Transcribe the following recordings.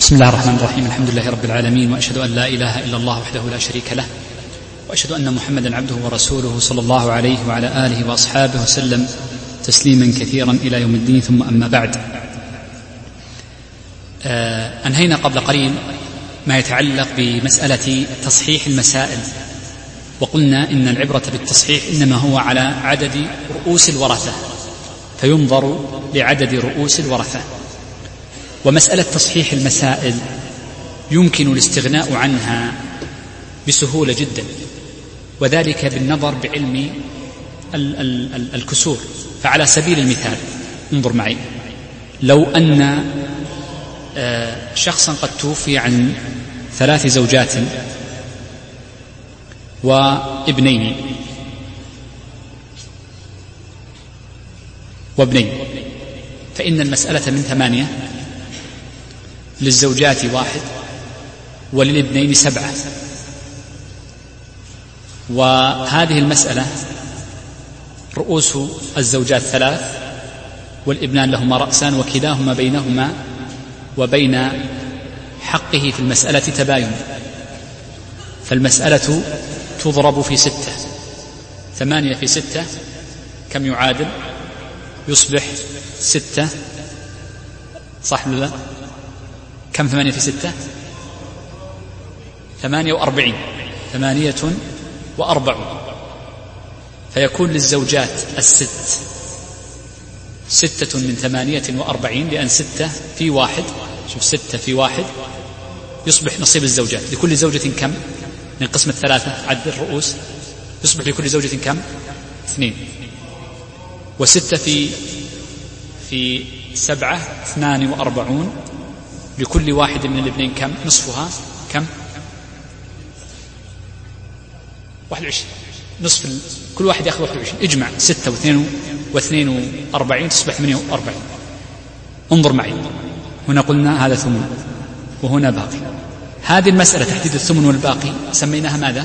بسم الله الرحمن الرحيم. الحمد لله رب العالمين، وأشهد أن لا إله إلا الله وحده لا شريك له، وأشهد أن محمدا عبده ورسوله صلى الله عليه وعلى آله وأصحابه وسلم تسليما كثيرا إلى يوم الدين. ثم أما بعد، أنهينا قبل قليل ما يتعلق بمسألة تصحيح المسائل، وقلنا إن العبرة بالتصحيح إنما هو على عدد رؤوس الورثة، فينظر لعدد رؤوس الورثة. ومسألة تصحيح المسائل يمكن الاستغناء عنها بسهولة جدا، وذلك بالنظر بعلم الكسور. فعلى سبيل المثال انظر معي، لو أن شخصا قد توفي عن 3 زوجات وابنين فإن المسألة من 8، للزوجات 1 وللابنين 7. وهذه المسألة رؤوس الزوجات 3 والابنان لهما رأسان، وكلاهما بينهما وبين حقه في المسألة تباين، فالمسألة تضرب في 6. 8 في 6 كم يعادل؟ يصبح 6، صح ولا لا؟ كم 8 في 6؟ 48. 48. فيكون للزوجات 6 من 48، لأن 6 في 1، شوف 6 في 1 يصبح نصيب الزوجات. لكل زوجة كم؟ من قسمة 3 عدد الرؤوس يصبح لكل زوجة كم؟ 2. و6 في 7 42، لكل واحد من الابنين كم؟ نصفها كم؟ 21. نصف كل واحد يأخذ 21. اجمع 6 و42 تصبح 48. انظر معي، هنا قلنا هذا ثمن وهنا باقي. هذه المسألة تحديد الثمن والباقي سميناها ماذا؟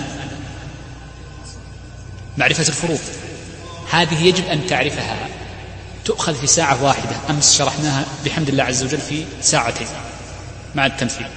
معرفة الفروض. هذه يجب أن تعرفها، تؤخذ في ساعة واحدة. أمس شرحناها بحمد الله عز وجل في 2 ساعتين مع التمثيل.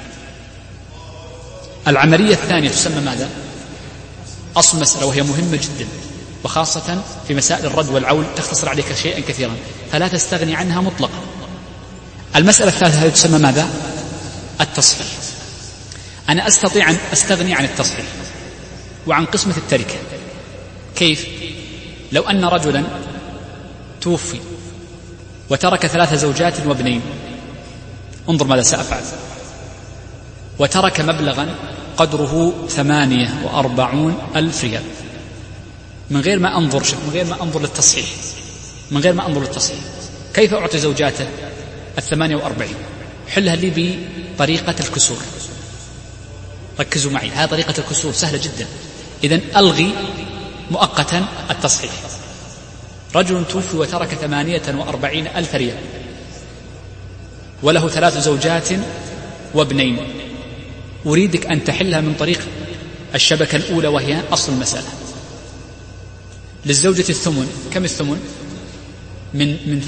العملية الثانية تسمى ماذا؟ أصل المسألة، وهي مهمة جدا، وخاصة في مسائل الرد والعول تختصر عليك شيئا كثيرا، فلا تستغني عنها مطلقا. المسألة الثالثة هذه تسمى ماذا؟ التصحيح. أنا أستطيع أن أستغني عن التصحيح وعن قسمة التركة. كيف؟ لو أن رجلا توفي وترك 3 زوجات وابنين، انظر ماذا سأفعل. وترك مبلغا قدره 48,000 ريال، من غير ما أنظر للتصحيح. كيف أعطي زوجاته 48؟ حلها لي بطريقة الكسور. ركزوا معي، هذه طريقة الكسور سهلة جدا. إذن ألغي مؤقتا التصحيح. رجل توفي وترك 48,000 ريال، وله 3 زوجات وابنين. أريدك أن تحلها من طريق الشبكة الأولى، وهي أصل المسألة. للزوجة الثمن، كم الثمن؟ من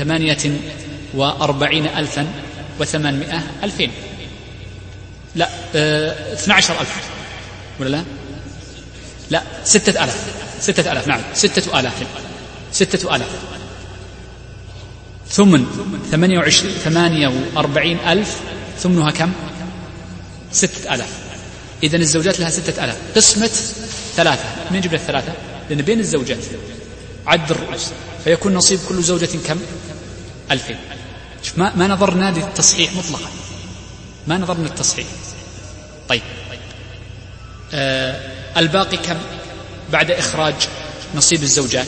48,800 2000، لا 12,000 ولا لا 6,000 نعم 6,000. ثمن 48,000 ثمنها كم؟ 6,000. إذن الزوجات لها 6,000. قسمة 3. من يجيب لها 3؟ لأن بين الزوجات عد الرؤوس، فيكون نصيب كل زوجة كم؟ 2000. شوف، ما نظرنا للتصحيح مطلقا، ما نظرنا للتصحيح. طيب، الباقي كم بعد إخراج نصيب الزوجات؟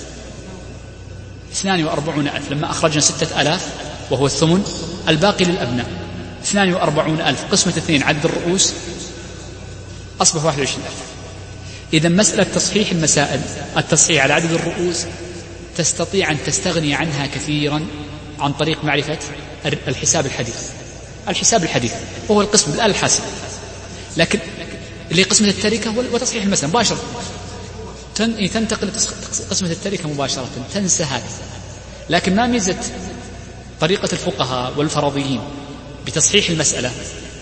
42,000. لما أخرجنا 6,000 وهو الثمن، الباقي للأبناء 42,000 قسمة 2 عدد الرؤوس أصبح 21,000. إذا مسألة تصحيح المسائل، التصحيح على عدد الرؤوس، تستطيع أن تستغني عنها كثيرا عن طريق معرفة الحساب الحديث وهو القسم بالآلة الحاسبة. لكن اللي قسمة التركة وتصحيح المسألة مباشرة، تنتقل قسمة التركة مباشرة، تنسى هذا. لكن ما ميزة طريقة الفقهاء والفرضيين بتصحيح المسألة؟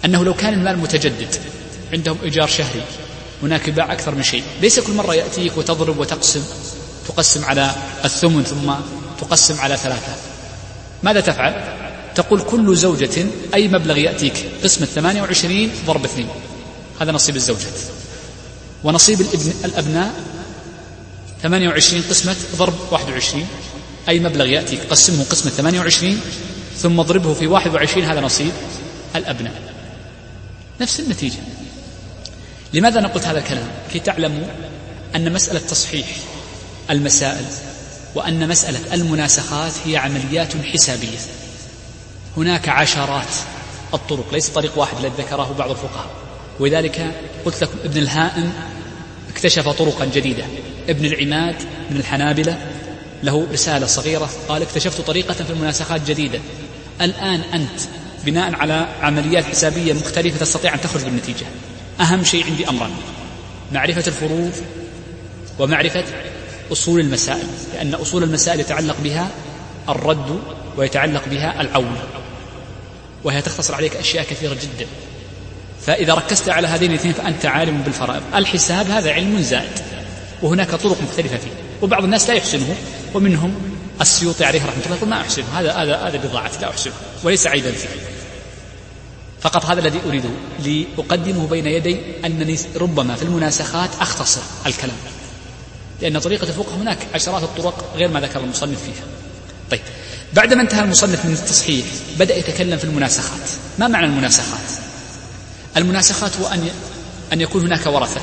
أنه لو كان المال متجدد عندهم إيجار شهري، هناك يباع أكثر من شيء، ليس كل مرة يأتيك وتضرب وتقسم، تقسم على الثمن ثم تقسم على 3. ماذا تفعل؟ تقول كل زوجة أي مبلغ يأتيك قسمة 28 ضرب 2، هذا نصيب الزوجات، ونصيب الأبناء 28 قسمة ضرب 21، أي مبلغ يأتيك قسمه قسمة 28 ثم اضربه في 21، هذا نصيب الأبناء. نفس النتيجة. لماذا نقول هذا الكلام؟ كي تعلموا أن مسألة تصحيح المسائل وأن مسألة المناسخات هي عمليات حسابية، هناك عشرات الطرق، ليس طريق واحد الذي ذكره بعض الفقهاء. ولذلك قلت لكم ابن الهائم اكتشف طرقا جديدة، ابن العماد من الحنابلة له رسالة صغيرة قال اكتشفت طريقة في المناسخات جديدة. الآن أنت بناء على عمليات حسابية مختلفة تستطيع أن تخرج بالنتيجة. أهم شيء عندي أمران: معرفة الفروض ومعرفة أصول المسائل، لأن أصول المسائل يتعلق بها الرد ويتعلق بها العول، وهي تختصر عليك أشياء كثيرة جدا. فإذا ركزت على هذين الاثنين فأنت عالم بالفرائض. الحساب هذا علم زائد وهناك طرق مختلفة فيه، وبعض الناس لا يحسنه، ومنهم السيوطي عليه رحمة الله يقول ما أحسنه، هذا بضاعتي لا أحسنه، وليس عيبا فيه. فقط هذا الذي أريده لأقدمه بين يدي، أنني ربما في المناسخات أختصر الكلام، لأن طريقة الفقه هناك عشرات الطرق غير ما ذكر المصنف فيها. طيب، بعدما انتهى المصنف من التصحيح بدأ يتكلم في المناسخات. ما معنى المناسخات؟ المناسخات هو أن يكون هناك ورثة،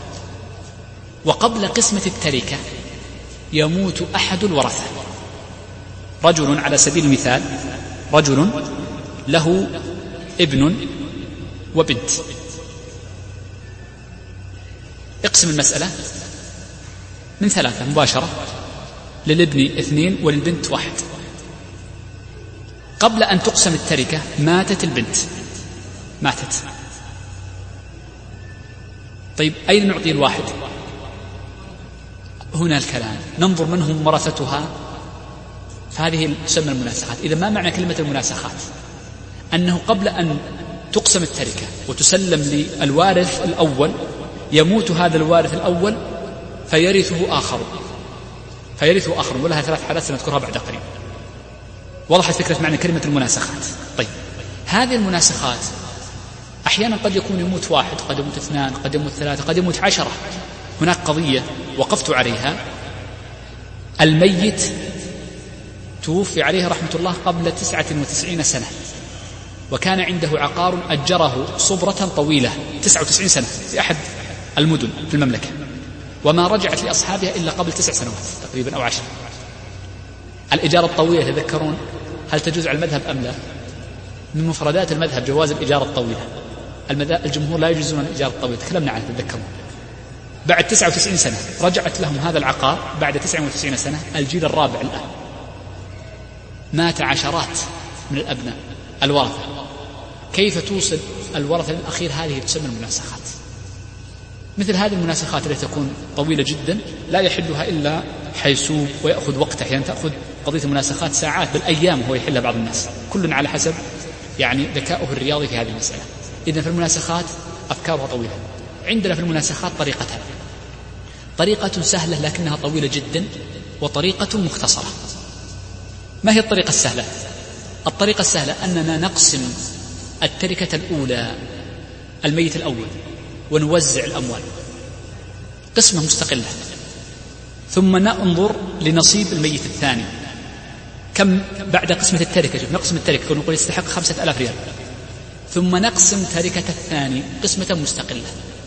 وقبل قسمة التركة يموت أحد الورثة. رجل على سبيل المثال، رجل له ابن وبنت، اقسم المسألة من 3 مباشرة، للابن 2 وللبنت 1. قبل أن تقسم التركة ماتت البنت، ماتت. طيب أين نعطي الواحد؟ هنا الكلام، ننظر من هم ورثتها، فهذه تسمى المناسخات. إذا ما معنى كلمة المناسخات؟ أنه قبل أن تقسم التركة وتسلم للوارث الأول يموت هذا الوارث الأول فيرثه آخر، ولها 3 حالات سنذكرها بعد قليل. وضحت فكرة معنى كلمة المناسخات. طيب، هذه المناسخات أحيانا قد يموت 1، قد يموت 2، قد يموت 3، قد يموت 10. هناك قضية وقفت عليها، الميت توفي عليه رحمة الله قبل 99 سنة، وكان عنده عقار أجره صبرة طويلة 99 سنة في أحد المدن في المملكة، وما رجعت لأصحابها إلا قبل 9 سنوات تقريبا أو 10. الإجارة الطويلة تذكرون هل تجوز على المذهب أم لا؟ من مفردات المذهب جواز الإجارة الطويلة. الجمهور لا يجوزون الإجارة الطويلة، تكلمنا عنها تذكرون. بعد 99 سنة رجعت لهم هذا العقار، بعد 99 سنة الجيل الرابع الآن مات عشرات من الأبناء الورثة. كيف توصل الورثة للأخير؟ هذه تسمى المناسخات. مثل هذه المناسخات التي تكون طويلة جدا لا يحلها إلا حيسوب ويأخذ وقته، يعني تأخذ قضية المناسخات ساعات بل أيام هو يحلها بعض الناس، كل على حسب ذكاؤه الرياضي في هذه المسألة. إذن في المناسخات أفكارها طويلة. عندنا في المناسخات طريقتان: طريقة سهلة لكنها طويلة جدا، وطريقة مختصرة. ما هي الطريقة السهلة؟ الطريقة السهلة أننا نقسم التركة الأولى، الميت الأول، ونوزع الأموال قسمة مستقلة، ثم ننظر لنصيب الميت الثاني كم بعد قسمة التركة. نقسم التركة ونقول يستحق 5000 ريال، ثم نقسم تركة الثاني قسمة مستقلة.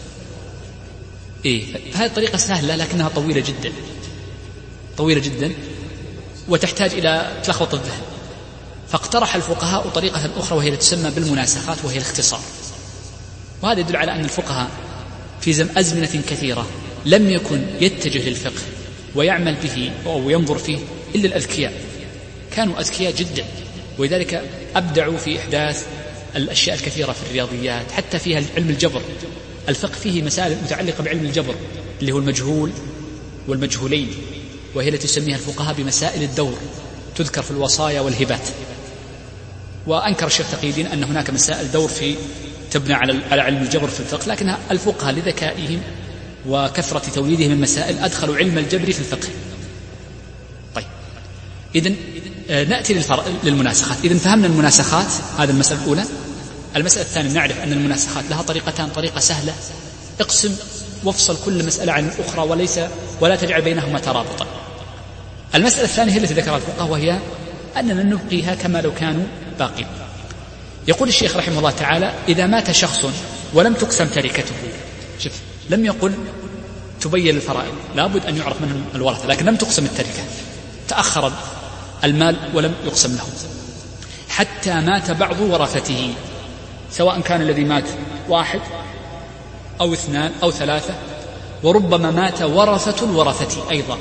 هذه الطريقة سهلة لكنها طويلة جدا وتحتاج إلى تلخبط الذهن. فاقترح الفقهاء طريقة أخرى وهي تسمى بالمناسخات، وهي الاختصار. وهذا يدل على أن الفقهاء في أزمنة كثيرة لم يكن يتجه للفقه ويعمل به أو ينظر فيه إلا الأذكياء، كانوا أذكياء جدا، ولذلك أبدعوا في إحداث الأشياء الكثيرة في الرياضيات، حتى فيها علم الجبر. الفقه فيه مسائل متعلقة بعلم الجبر اللي هو المجهول والمجهولين، وهي التي يسميها الفقهاء بمسائل الدور، تذكر في الوصايا والهبات. وأنكر الشيخ تقي الدين أن هناك مسائل دور في تبنى على علم الجبر في الفقه، لكن الفقهاء لذكائهم وكثرة توليدهم المسائل أدخلوا علم الجبر في الفقه. طيب، إذن نأتي للمناسخات. إذن فهمنا المناسخات، هذا المسألة الأولى. المسألة الثانية نعرف أن المناسخات لها طريقتان: طريقة سهلة، اقسم وافصل كل مسألة عن الأخرى ولا تجعل بينهما ترابطا. المسألة الثانية هي التي ذكرها الفقهاء، وهي أننا نبقيها كما لو كانوا باقين. يقول الشيخ رحمه الله تعالى: إذا مات شخص ولم تقسم تركته، شوف، لم يقل تبين الفرائض، لابد أن يعرف منهم الورثة، لكن لم تقسم التركة، تأخر المال ولم يقسم له حتى مات بعض ورثته، سواء كان الذي مات 1 أو 2 أو 3، وربما مات ورثة الورثة أيضا،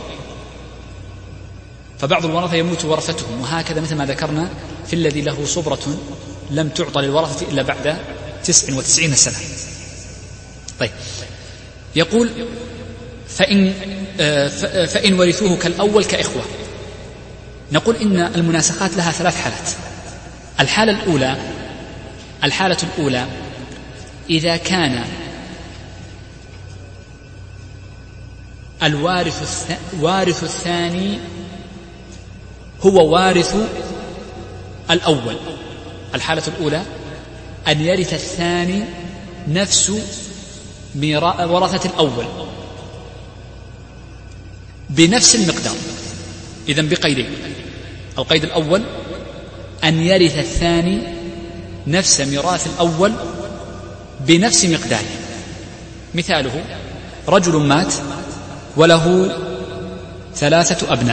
فبعض الورثة يموت ورثتهم، وهكذا مثل ما ذكرنا في الذي له صبرة لم تعطى للورثة إلا بعد 99 سنة. طيب، يقول: فإن ورثوه كالأول كإخوة. نقول إن المناسخات لها 3 حالات. الحالة الأولى إذا كان الوارث الثاني هو وارث الأول. الحالة الأولى أن يرث الثاني نفس ورثة الأول بنفس المقدار. إذن بقيدين: القيد الأول أن يرث الثاني نفس ميراث الأول بنفس مقداره. مثاله: رجل مات وله 3 أبناء،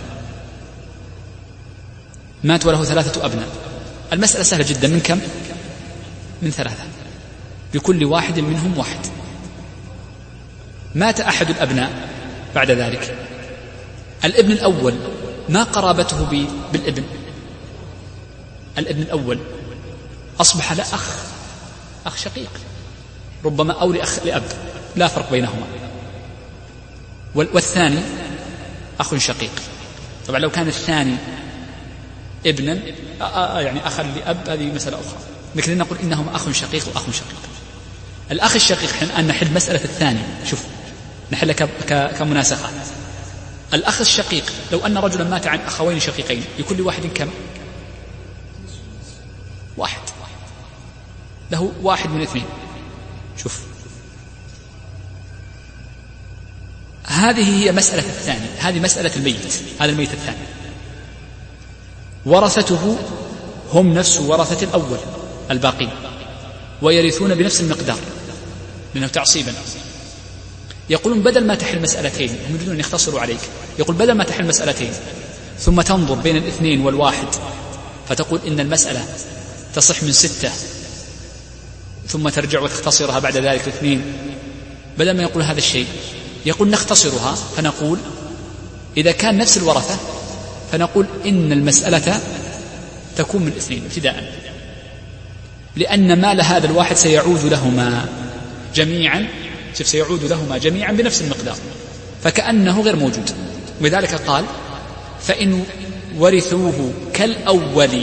مات وله 3 أبناء. المسألة سهلة جدا. من كم؟ من 3، بكل واحد منهم 1. مات أحد الأبناء بعد ذلك، الابن الأول ما قرابته بالابن؟ الابن الأول أصبح له أخ شقيق، ربما أو لأخ لأب، لا فرق بينهما. والثاني أخ شقيق. طبعا لو كان الثاني ابنا يعني أخا لأب، هذه مسألة أخرى، لكن نقول إنهما أخ شقيق وأخ شقيق. الأخ الشقيق أن نحل مسألة الثاني، شوف نحل كمناسخات. الأخ الشقيق لو أن رجلا مات عن أخوين شقيقين، لكل واحد كم؟ 1، له 1 من 2. شوف، هذه هي مسألة الثاني، هذه مسألة الميت، هذا الميت الثاني. ورثته هم نفس ورثة الأول الباقين، ويرثون بنفس المقدار لأنه تعصيبا. يقولون بدل ما تحل مسألتين، هم يريدون أن يختصروا عليك، يقول بدل ما تحل مسألتين ثم تنظر بين 2 و1 فتقول إن المسألة تصح من 6 ثم ترجع وتختصرها بعد ذلك 2، بدل ما يقول هذا الشيء يقول نختصرها، فنقول إذا كان نفس الورثة فنقول إن المسألة تكون من 2 ابتداء، لأن مال هذا الواحد سيعود لهما جميعا، سيعود لهما جميعا بنفس المقدار، فكأنه غير موجود. ولذلك قال: فإن ورثوه كالأول،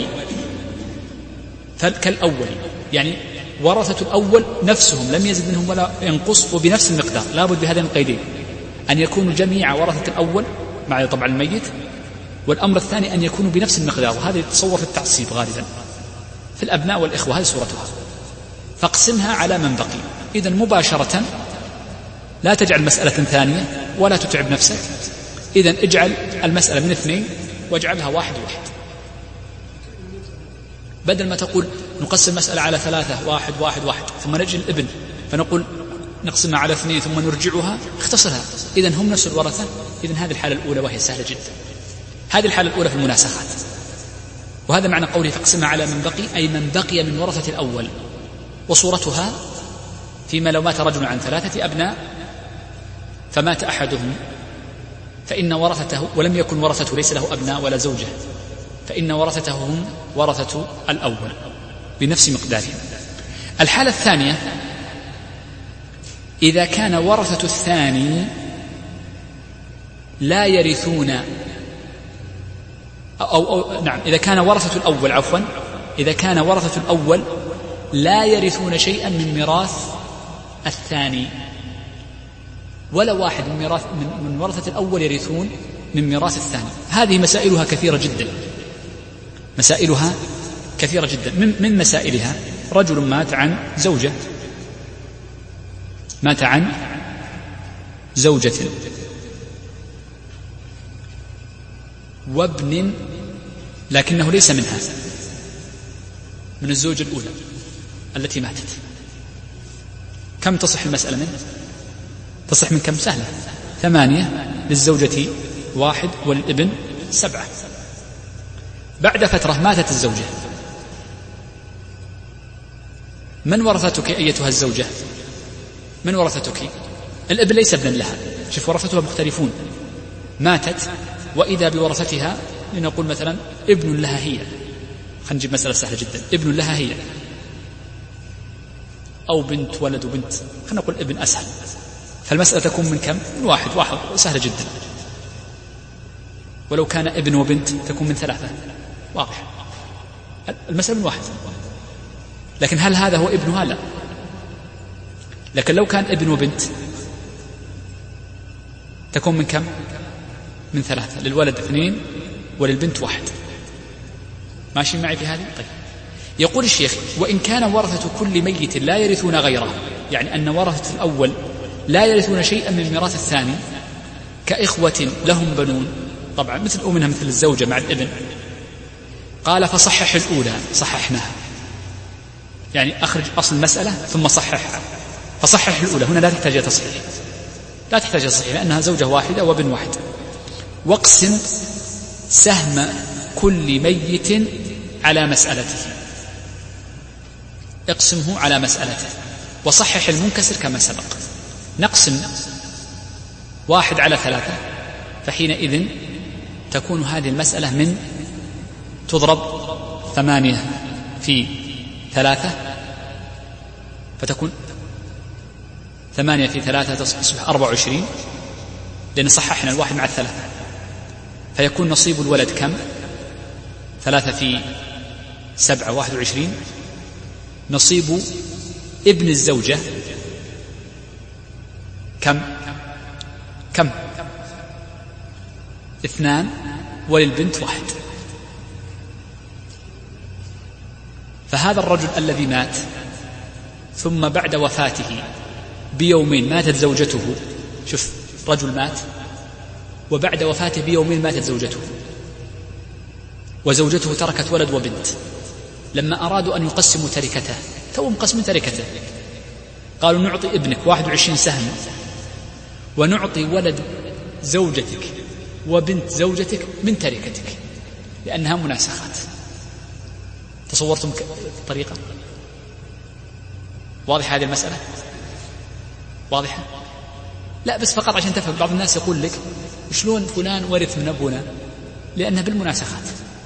يعني ورثة الأول نفسهم لم يزد منهم ولا ينقص، وبنفس المقدار. لابد بهذين القيدين: أن يكونوا جميع ورثة الأول مع طبعا الميت، والأمر الثاني أن يكونوا بنفس المقدار. وهذا يتصور في التعصيب غالبا في الأبناء والإخوة، هذه صورتها. فاقسمها على من بقي. إذن مباشرة لا تجعل مسألة ثانية ولا تتعب نفسك، إذن اجعل المسألة من 2 واجعلها 1 1، بدل ما تقول نقسم المسألة على 3 1 1 1 ثم نجي الابن فنقول نقسمها على 2 ثم نرجعها، اختصرها. إذن هم نفس الورثة. إذن هذه الحالة الأولى وهي سهلة جدا. هذه الحالة الأولى في المناسخات، وهذا معنى قوله فاقسمها على من بقي، أي من بقي من ورثة الأول. وصورتها فيما لو مات رجل عن 3 أبناء فمات أحدهم، فإن ورثته ولم يكن ورثته ليس له أبناء ولا زوجة، فإن ورثته هم ورثة الأول بنفس مقدارهم. الحالة الثانية إذا كان ورثة الثاني لا يرثون إذا كان ورثة الأول إذا كان ورثة الأول لا يرثون شيئا من ميراث الثاني، ولا واحد من ورثة الأول يرثون من ميراث الثاني. هذه مسائلها كثيرة جدا، مسائلها كثيرة جدا. من مسائلها رجل مات عن زوجة، مات عن زوجة وابن، لكنه ليس منها، من الزوجة الأولى التي ماتت. كم تصح المسألة منه؟ تصح من كم؟ سهلة، 8 للزوجة 1 وللابن 7. بعد فترة ماتت الزوجة، من ورثتك أيتها الزوجة؟ من ورثتك؟ الابن ليس ابنا لها، شوف ورثتها مختلفون. ماتت وإذا بورثتها لنقول مثلا ابن لها هي، خلينا نجيب مسألة سهلة جدا، ابن لها هي، أو بنت ولد وبنت، خلينا نقول ابن أسهل. فالمسألة تكون من كم؟ من واحد سهلة جدا. ولو كان ابن وبنت تكون من 3، واضح. المسألة من 1. لكن هل هذا هو ابنها؟ لا. لكن لو كان ابن وبنت تكون من كم؟ من 3، للولد 2 وللبنت 1. ماشي معي في هذه؟ طيب. يقول الشيخ: وإن كان ورثة كل ميت لا يرثون غيره، يعني أن ورثة الأول لا يرثون شيئا من ميراث الثاني، كإخوة لهم بنون، طبعا مثل منها مثل الزوجة مع الابن. قال: فصحح الأولى، صححناها، يعني أخرج أصل المسألة ثم صححها. فصحح الأولى، هنا لا تحتاج تصحيح، لا تحتاج تصحيح لأنها زوجة واحدة وابن واحد. واقسم سهم كل ميت على مسألته، اقسمه على مسألته، وصحح المنكسر كما سبق. نقسم 1 على 3، فحينئذ تكون هذه المسألة من تضرب 8 في 3، فتكون 8 في 3 تصبح 24، لأن صححنا 1 مع 3، فيكون نصيب الولد كم؟ 3 في 7 21. نصيب ابن الزوجة كم؟ 2 وللبنت 1. فهذا الرجل الذي مات ثم بعد وفاته بيومين ماتت زوجته، شوف رجل مات وبعد وفاته بيومين ماتت زوجته، وزوجته تركت ولد وبنت. لما أرادوا أن يقسموا تركته، توهم قسم تركته، قالوا: نعطي ابنك 21 سهم، ونعطي ولد زوجتك وبنت زوجتك من تركتك، لأنها مناسخات. تصورتم الطريقة؟ واضح هذه المسألة؟ واضحة؟ لا، بس فقط عشان تفهم. بعض الناس يقول لك: شلون فلان ورث من أبونا؟ لأنها بالمناسخات.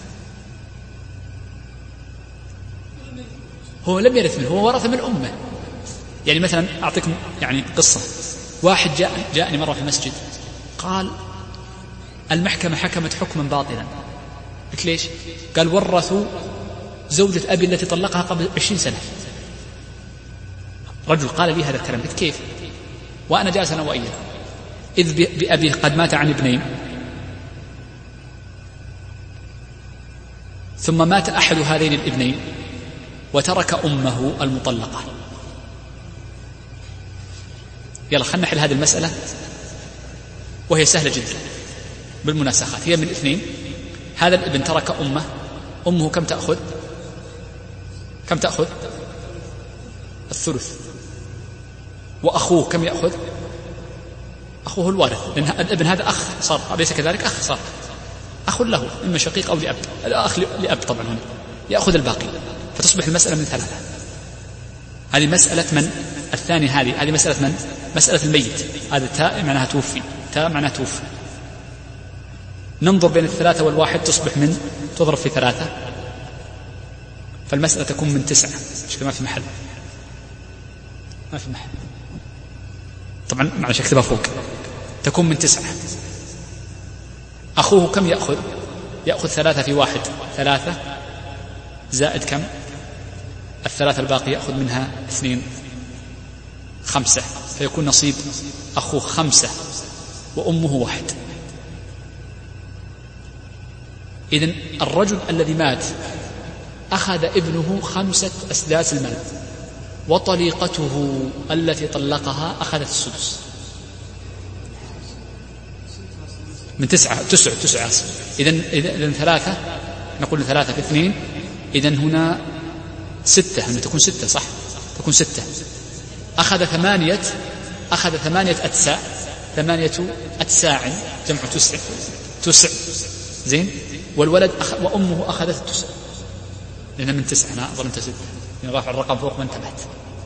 هو لم يرث منه، هو ورث من أمه. يعني مثلا أعطيكم يعني قصة. واحد جاءني مرة في المسجد قال: المحكمة حكمت حكما باطلا. قلت: ليش؟ قال: ورثوا زوجة أبي التي طلقها قبل 20 سنة. رجل قال لي هذا الكلام. قلت: كيف؟ وأنا جالس أنا وإياه، إذ بأبيه قد مات عن ابنين، ثم مات أحد هذين الابنين وترك أمه المطلقة. يلا خلنا نحل هذه المسألة، وهي سهلة جدا بالمناسخات. هي من 2. هذا الابن ترك أمه كم تأخذ؟ كم تأخذ؟ الثلث. وأخوه كم يأخذ؟ أخوه الوارث، لأن الابن هذا أخ صار، أليس كذلك؟ أخ صار، أخ له، إما شقيق أو لأب. الأخ لأب طبعا هنا يأخذ الباقي، فتصبح المسألة من 3. هذه مسألة من الثاني، هذه مسألة من؟ مسألة الميت. هذا تاء معناها توفي، تاء معناها توفي. ننظر بين 3 والواحد، تصبح من تضرب في 3، فالمسألة تكون من 9. مش ما في محل، ما في محل طبعا، معلش اكتبها فوق. تكون من 9. أخوه كم يأخذ؟ يأخذ 3 في 1، 3 زائد كم؟ الثلاثة الباقي يأخذ منها 2 5، فيكون نصيب أخوه 5 وأمه 1. إذن الرجل الذي مات أخذ ابنه 5 أسداس المال، وطليقته التي طلقها أخذت السدس من 9 إذن 3، نقول 3 في 2، إذن هنا 6، هنا تكون 6 صح، تكون 6. أخذ 8 أتساع، 8 أتساع جمع تسع زين، والولد وأمه أخذت التسع، لأن من 9 أنا أظن 6 يعني رافع الرقم فوق ما انتبهت.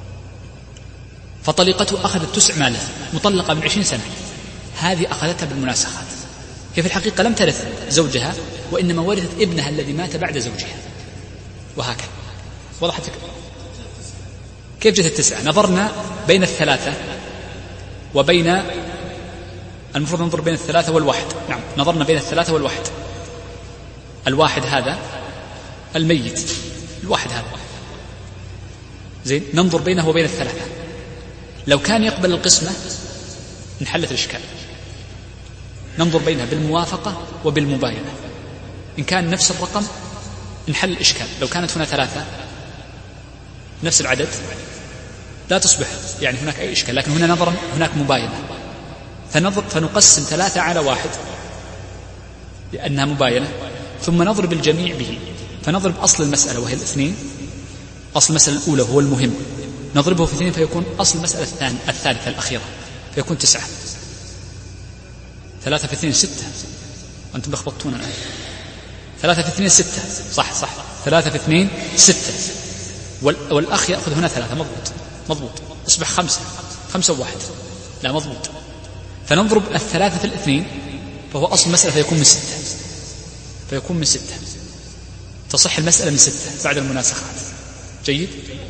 فطليقته أخذت 9 ماله، مطلقة من 20 سنة، هذه أخذتها بالمناسخات. هي في الحقيقة لم ترث زوجها، وإنما ورثت ابنها الذي مات بعد زوجها، وهكذا. وضحت كيف جت 9؟ نظرنا بين 3 وبين، المفروض ننظر بين 3 والواحد. نعم، نظرنا بين 3 والواحد. الواحد هذا الميت، الواحد هذا زين، ننظر بينه وبين 3. لو كان يقبل القسمة انحلت الإشكال، ننظر بينها بالموافقة وبالمباينة. إن كان نفس الرقم انحل الإشكال. لو كانت هنا 3 نفس العدد لا تصبح يعني هناك أي إشكال، لكن هنا نظرا هناك مباينة، فنقسم 3 على 1 لأنها مباينة، ثم نضرب الجميع به، فنضرب أصل المسألة وهي 2، أصل المسألة الأولى هو المهم، نضربه في 2 فيكون أصل المسألة الثالثة الأخيرة، فيكون 9. 3 في 2 6، أنتم لخبطتونا الآن. 3 في 2 6 صح 3 في 2 6، والأخ يأخذ هنا 3. مضبوط. أصبح 5 و1 لا مضبوط. فنضرب 3 في 2 فهو أصل المسألة فيكون من 6، تصح المسألة من 6 بعد المناسخات. جيد.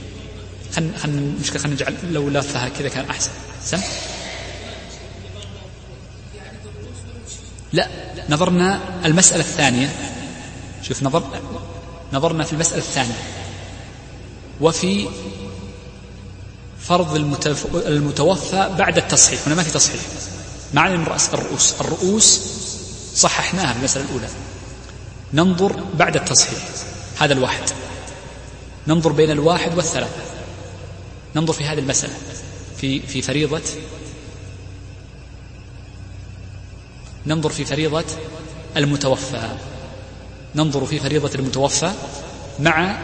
خلنا نجعل لو لافها كذا كان أحسن. لا، نظرنا المسألة الثانية. شوف، نظرنا في المسألة الثانية وفي فرض المتوفى بعد التصحيح. هنا ما في تصحيح، معنى من رأس الرؤوس صححناها في المسألة الأولى. ننظر بعد التصحيح، هذا الواحد، ننظر بين 1 و3، ننظر في هذه المسألة في فريضة، ننظر في فريضة المتوفى، ننظر في فريضة المتوفى مع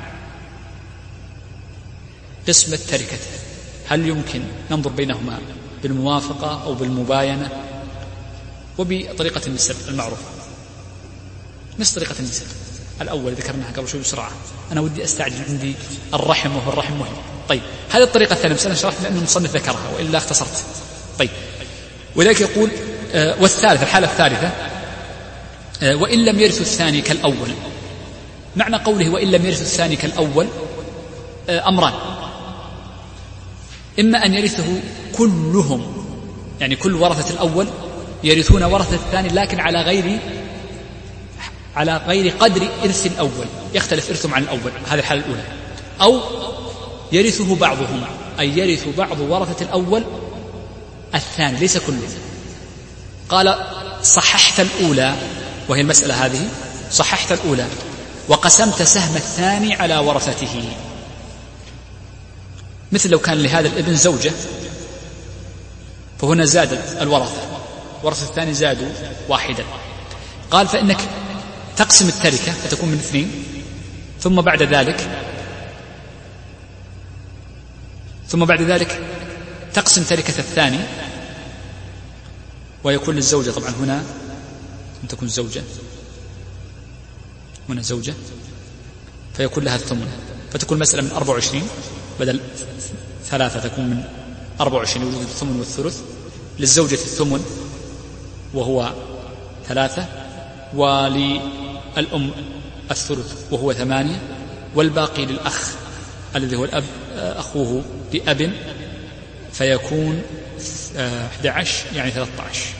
قسمة تركته. هل يمكن ننظر بينهما بالموافقة أو بالمباينة وبطريقة النسب المعروفة، نفس طريقة النسب الأول ذكرناها قبل شوي بسرعة. أنا ودي أستعجل، عندي الرحم وهو الرحم مهم. طيب، هذه الطريقة الثانية بس أنا شرحت لأن المصنف ذكرها وإلا اختصرت. طيب، ولذلك يقول والثالث، الحالة الثالثة وإن لم يرث الثاني كالأول. معنى قوله وإن لم يرث الثاني كالأول أمران: إما أن يرثه كلهم، يعني كل ورثة الأول يرثون ورثة الثاني، لكن على غير قدر إرث الأول، يختلف إرثهم عن الأول، هذه الحالة الأولى. أو يرثه بعضهم، أي يرث بعض ورثة الأول الثاني ليس كله. قال صححت الأولى، وهي المسألة هذه، صححت الأولى وقسمت سهم الثاني على ورثته. مثل لو كان لهذا الابن زوجة فهنا زادت الورثة، ورثة الثاني زادوا 1. قال فإنك تقسم التركة فتكون من 2، ثم بعد ذلك تقسم تركة الثاني، ويكون للزوجة طبعا هنا أن تكون زوجة، هنا زوجة، فيكون لها الثمن، فتكون المسألة من 24 بدل 3 تكون من 24 وجود الثمن والثلث. للزوجة الثمن وهو 3، وللأم الثلث وهو 8، والباقي للأخ الذي هو الأب أخوه بأب، فيكون 11 يعني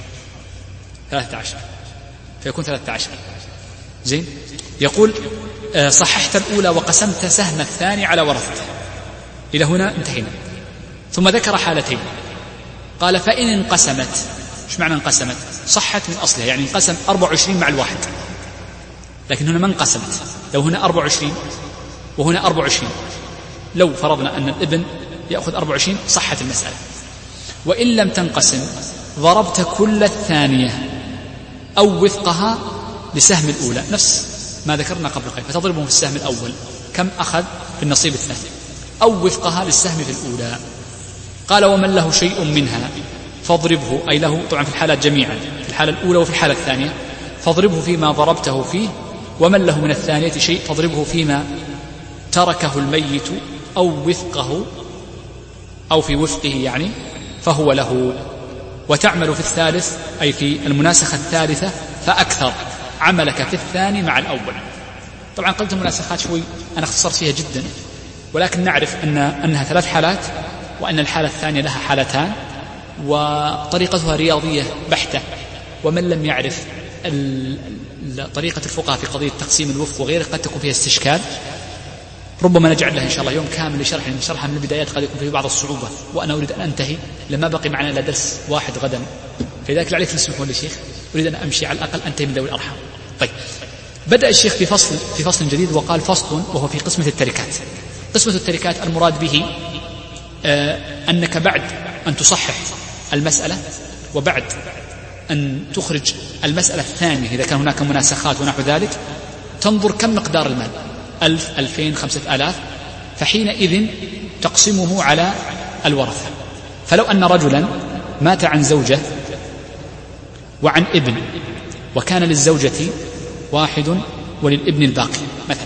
13 فيكون 13. زين. يقول صححت الأولى وقسمت سهم الثاني على ورثته. إلى هنا انتهينا. ثم ذكر حالتين، قال فإن انقسمت. إيش معنى انقسمت؟ صحت من أصلها، يعني انقسم 24 مع الواحد، لكن هنا ما انقسمت. لو هنا 24 وهنا 24، لو فرضنا أن الابن يأخذ 24 صحت المسألة. وإن لم تنقسم ضربت كل الثانية أو وفقها لسهم الأولى، نفس ما ذكرنا قبل قليل، فتضربه في السهم الأول كم أخذ في النصيب الثاني، أو وفقها للسهم في الأولى. قال ومن له شيء منها فاضربه، أي له طبعا في الحالات جميعا، في الحالة الأولى وفي الحالة الثانية، فاضربه فيما ضربته فيه. ومن له من الثانية شيء فاضربه فيما تركه الميت أو وفقه، أو في وفقه يعني، فهو له. وتعمل في الثالث، أي في المناسخة الثالثة فأكثر، عملك في الثاني مع الأول. طبعا قلت المناسخات شوي أنا اختصرت فيها جدا، ولكن نعرف أنها 3 حالات، وأن الحالة الثانية لها حالتان، وطريقتها رياضية بحتة. ومن لم يعرف طريقة الفقهاء في قضية تقسيم الوفق وغيره قد تكون فيها استشكال، ربما نجعل له إن شاء الله يوم كامل لشرح، لأن شرحها من البدايات قد يكون فيه بعض الصعوبة، وأنا أريد أن أنتهي لما بقي معنا إلا درس واحد غدا، فلذلك عليك تسمحون لي شيخ، أريد أن أمشي على الأقل أنتهي من ذوي الأرحام. طيب، بدأ الشيخ في فصل جديد وقال فصل، وهو في قسمة التركات. قسمة التركات المراد به أنك بعد أن تصحح المسألة وبعد أن تخرج المسألة الثانية إذا كان هناك مناسخات ونحو ذلك، تنظر كم مقدار المال، 1000 2000 5000، فحينئذ تقسمه على الورثة. فلو أن رجلا مات عن زوجة وعن ابن، وكان للزوجة 1 وللابن الباقي مثلا،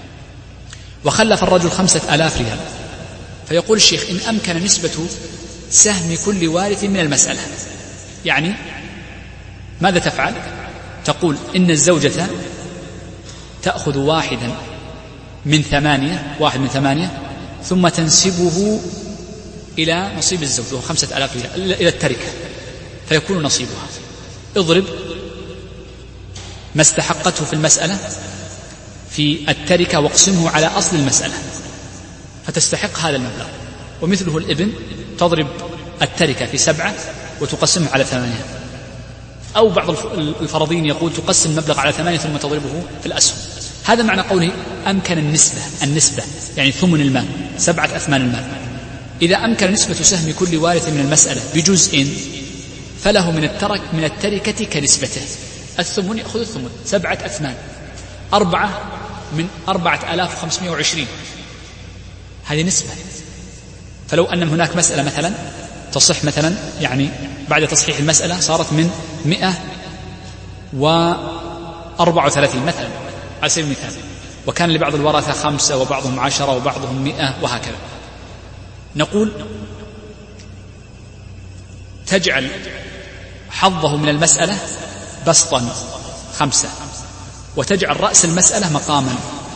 وخلف الرجل 5000 ريال، فيقول الشيخ إن أمكن نسبة سهم كل وارث من المسألة، يعني ماذا تفعل؟ تقول إن الزوجة تأخذ 1 من 8، ثم تنسبه إلى نصيب الزوج وهو 5000 ريال إلى التركة، فيكون نصيبها. اضرب ما استحقته في المسألة في التركة واقسمه على أصل المسألة، فتستحق هذا المبلغ. ومثله الابن، تضرب التركة في 7 وتقسمه على 8، أو بعض الفرضين يقول تقسم المبلغ على 8 ثم تضربه في الأسهم. هذا معنى قوله أمكن النسبة يعني ثمن المال، 7 أثمان المال. إذا أمكن نسبة سهم كل وارث من المسألة بجزء فله من التركة كنسبته. الثمن يأخذ الثمن 7 أثمان، 4 من 4520، هذه نسبة. فلو أن هناك مسألة مثلا تصح مثلا، يعني بعد تصحيح المسألة صارت من 134 مثلا على سبيل المثال، وكان لبعض الورثة 5 وبعضهم 10 وبعضهم 100 وهكذا، نقول تجعل حظه من المسألة بسطا 5، وتجعل رأس المسألة مقاما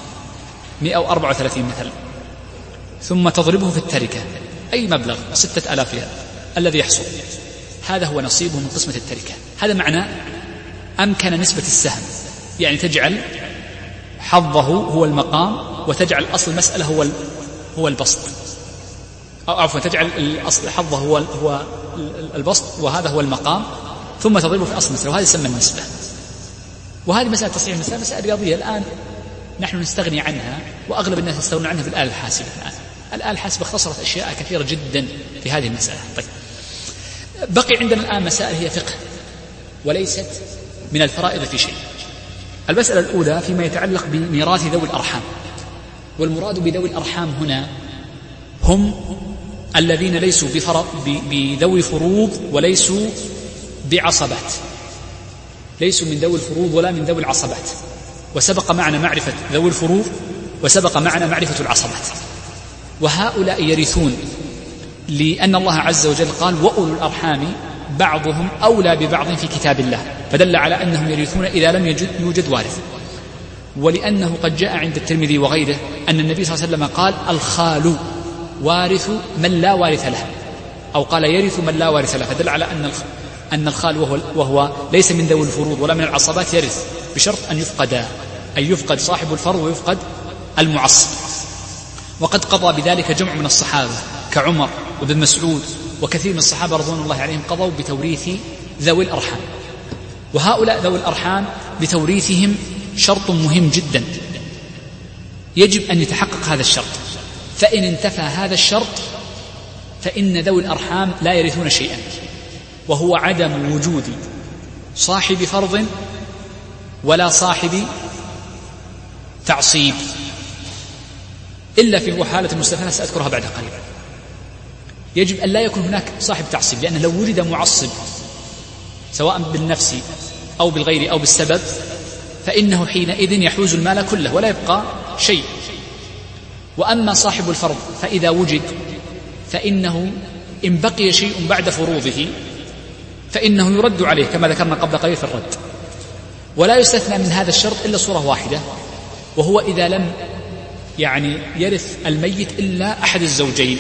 134 مثلا، ثم تضربه في التركة أي مبلغ 6000 ريال الذي يحصل، هذا هو نصيبه من قسمة التركة. هذا معنى أمكن نسبة السهم، يعني تجعل حظه هو المقام، وتجعل أصل المسألة هو البسط، أو عفوا تجعل حظه هو البسط وهذا هو المقام، ثم تضربه في أصل المسألة، وهذا يسمى النسبة. وهذه مسألة تصحيح المسألة مسألة رياضية الآن نحن نستغني عنها، وأغلب الناس يستغنون عنها بالآلة الحاسبة. الآلة الحاسبة اختصرت أشياء كثيرة جدا في هذه المسألة. طيب، بقي عندنا الآن مسائل هي فقه وليست من الفرائض في شيء. المسألة الأولى فيما يتعلق بميراث ذوي الأرحام، والمراد بذوي الأرحام هنا هم الذين ليسوا بذوي فروض وليسوا بعصبات، ليسوا من ذوي الفروض ولا من ذوي العصبات. وسبق معنا معرفة ذوي الفروض وسبق معنا معرفة العصبات، وهؤلاء يرثون لأن الله عز وجل قال وأولو الأرحام بعضهم أولى ببعض في كتاب الله، فدل على أنهم يرثون إذا لم يوجد وارث. ولأنه قد جاء عند الترمذي وغيره أن النبي صلى الله عليه وسلم قال الخال وارث من لا وارث له، أو قال يرث من لا وارث له، فدل على أن الخال وهو ليس من ذوي الفروض ولا من العصبات يرث بشرط أن يفقدا. أي يفقد صاحب الفرض ويفقد المعصب. وقد قضى بذلك جمع من الصحابة كعمر وابن مسعود وكثير من الصحابة رضوان الله عليهم قضوا بتوريث ذوي الأرحام. وهؤلاء ذوي الأرحام بتوريثهم شرط مهم جدا، يجب أن يتحقق هذا الشرط، فإن انتفى هذا الشرط فإن ذوي الأرحام لا يرثون شيئا، وهو عدم وجود صاحب فرض ولا صاحب تعصيب، إلا في حالة مستثنى سأذكرها بعد قليل. يجب أن لا يكون هناك صاحب تعصيب، لأن لو وجد معصب سواء بالنفس أو بالغير أو بالسبب فإنه حينئذ يحوز المال كله ولا يبقى شيء. وأما صاحب الفرض فإذا وجد فإنه إن بقي شيء بعد فروضه فإنه يرد عليه كما ذكرنا قبل قليل في الرد. ولا يستثنى من هذا الشرط إلا صورة واحدة، وهو إذا لم يرث الميت إلا أحد الزوجين،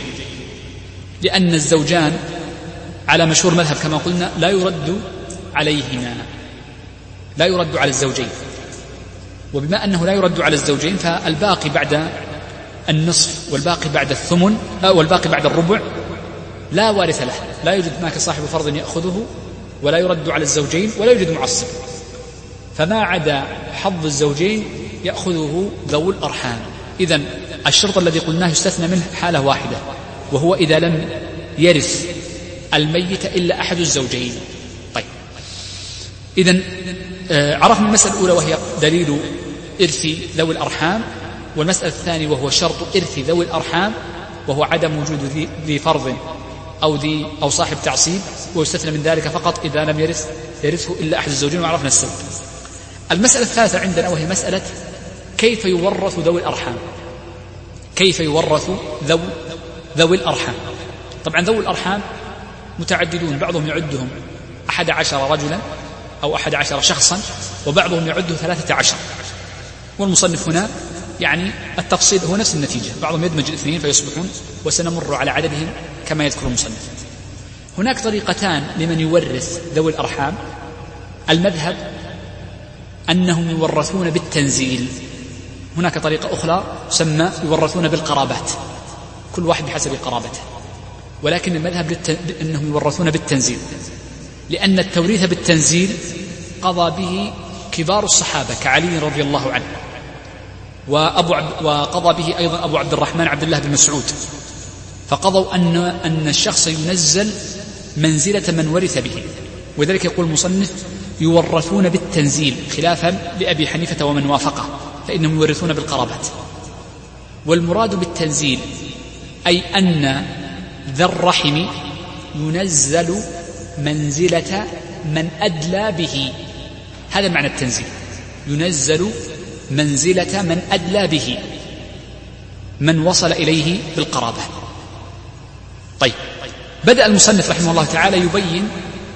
لأن الزوجان على مشهور مذهب كما قلنا لا يرد عليهما، لا يرد على الزوجين. وبما أنه لا يرد على الزوجين فالباقي بعد النصف والباقي بعد الثمن والباقي بعد الربع لا وارث له، لا يوجد هناك صاحب فرض يأخذه ولا يرد على الزوجين ولا يوجد معصب، فما عدا حظ الزوجين يأخذه ذوو الأرحام. إذن الشرط الذي قلناه يستثنى منه حالة واحدة، وهو إذا لم يرث الميت إلا أحد الزوجين. طيب، إذن عرفنا المسألة الأولى وهي دليل إرث ذوي الأرحام، والمسألة الثانية وهو شرط إرث ذوي الأرحام وهو عدم وجود ذي فرض أو صاحب تعصيب، ويستثنى من ذلك فقط إذا لم يرثه إلا أحد الزوجين، وعرفنا السبب. المسألة الثالثة عندنا وهي مسألة كيف يورث ذوي الأرحام، كيف يورث ذوي الأرحام. طبعا ذوي الأرحام متعددون، بعضهم يعدهم 11 رجلا أو 11 شخصا، وبعضهم يعده 13. والمصنف هنا التفصيل هو نفس النتيجة، بعضهم يدمج الاثنين فيصبحون، وسنمر على عددهم كما يذكر المصنف. هناك طريقتان لمن يورث ذوي الأرحام. المذهب أنهم يورثون بالتنزيل، هناك طريقة أخرى تسمى يورثون بالقرابات، كل واحد بحسب قرابته، ولكن المذهب أنهم يورثون بالتنزيل، لأن التوريث بالتنزيل قضى به كبار الصحابة كعلي رضي الله عنه، وقضى به أيضا أبو عبد الرحمن عبد الله بن مسعود، فقضوا أن الشخص ينزل منزلة من ورث به. وذلك يقول المصنف يورثون بالتنزيل خلافا لأبي حنيفة ومن وافقه، فإنهم يورثون بالقرابات. والمراد بالتنزيل أي أن ذا الرحم ينزل منزلة من أدلى به، هذا معنى التنزيل، ينزل منزلة من أدلى به، من وصل إليه بالقرابة. طيب، بدأ المصنف رحمه الله تعالى يبين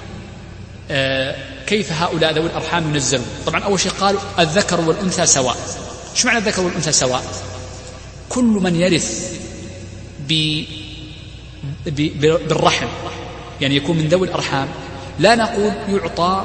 كيف هؤلاء ذوي الأرحام ينزلون. طبعا أول شيء قالوا الذكر والأنثى سواء. شو معنى الذكر والأنثى سواء؟ كل من يرث بالرحم يكون من ذوي الأرحام، لا نقول يعطى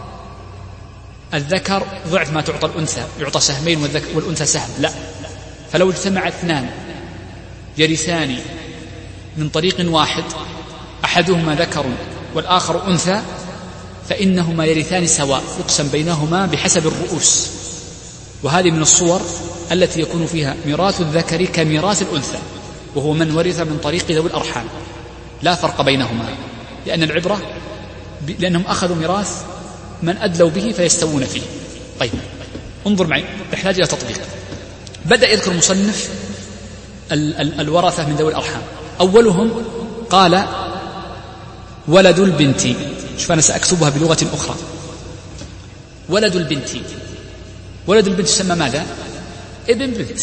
الذكر ضعف ما تعطى الأنثى، يعطى سهمين والأنثى سهم، لا. فلو اجتمع اثنان يرثان من طريق واحد، أحدهما ذكر والآخر أنثى، فإنهما يرثان سواء، يقسم بينهما بحسب الرؤوس. وهذه من الصور التي يكون فيها ميراث الذكر كميراث الأنثى، وهو من ورث من طريق ذوي الأرحام، لا فرق بينهما، لأن العبرة لأنهم أخذوا ميراث من أدلوا به فيستوون فيه. طيب، انظر معي، نحتاج إلى تطبيق. بدأ يذكر المصنف الورثة من ذوي الأرحام. أولهم قال ولد البنت. شوف أنا سأكتبها بلغة أخرى. ولد البنت، ولد البنت يسمى ماذا؟ ابن بنت.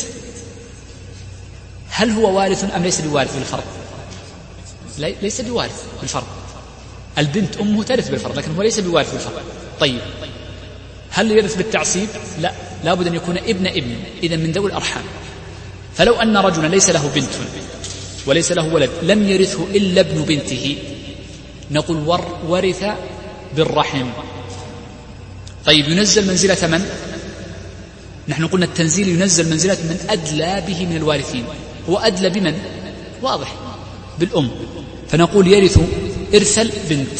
هل هو وارث أم ليس بوارث بالفرض؟ ليس بوارث بالفرض. البنت أمه ترث بالفرض، لكن هو ليس بوارث بالفرض. طيب، هل يرث بالتعصيب؟ لا، لابد أن يكون ابن إذن من ذوي الأرحام. فلو أن رجلا ليس له بنت وليس له ولد لم يرثه إلا ابن بنته، نقول ورث بالرحم. طيب، ينزل منزلة من؟ نحن قلنا التنزيل ينزل منزلة من أدلى به من الوارثين. هو أدلى بمن؟ واضح، بالأم. فنقول يرث إرث البنت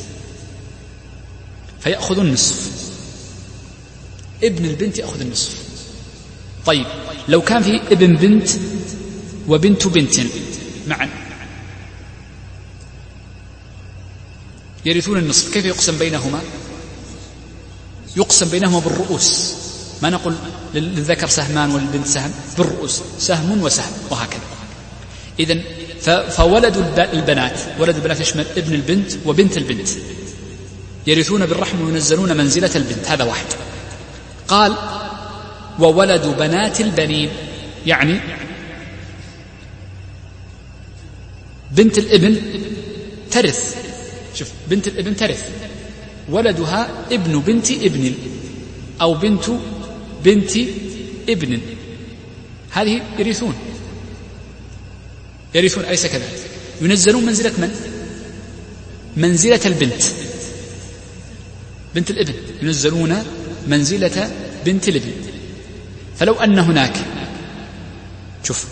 فيأخذ النصف، ابن البنت يأخذ النصف. طيب لو كان في ابن بنت وبنت بنت معا يرثون النصف، كيف يقسم بينهما؟ يقسم بينهما بالرؤوس، ما نقول للذكر سهمان والبنت سهم، بالرؤوس، سهم وسهم وهكذا. إذن فولد البنات، ولد البنات يشمل ابن البنت وبنت البنت، يرثون بالرحم وينزلون منزلة البنت. هذا واحد. قال وولد بنات البنين، يعني بنت الابن ترث. شوف، بنت الابن ترث، ولدها ابن بنت ابن أو بنت بنت ابن، هذه يرثون أليس كذلك؟ ينزلون منزلة من؟ منزلة البنت، بنت الابن ينزلون منزلة بنت الابن. فلو أن هناك، شوف،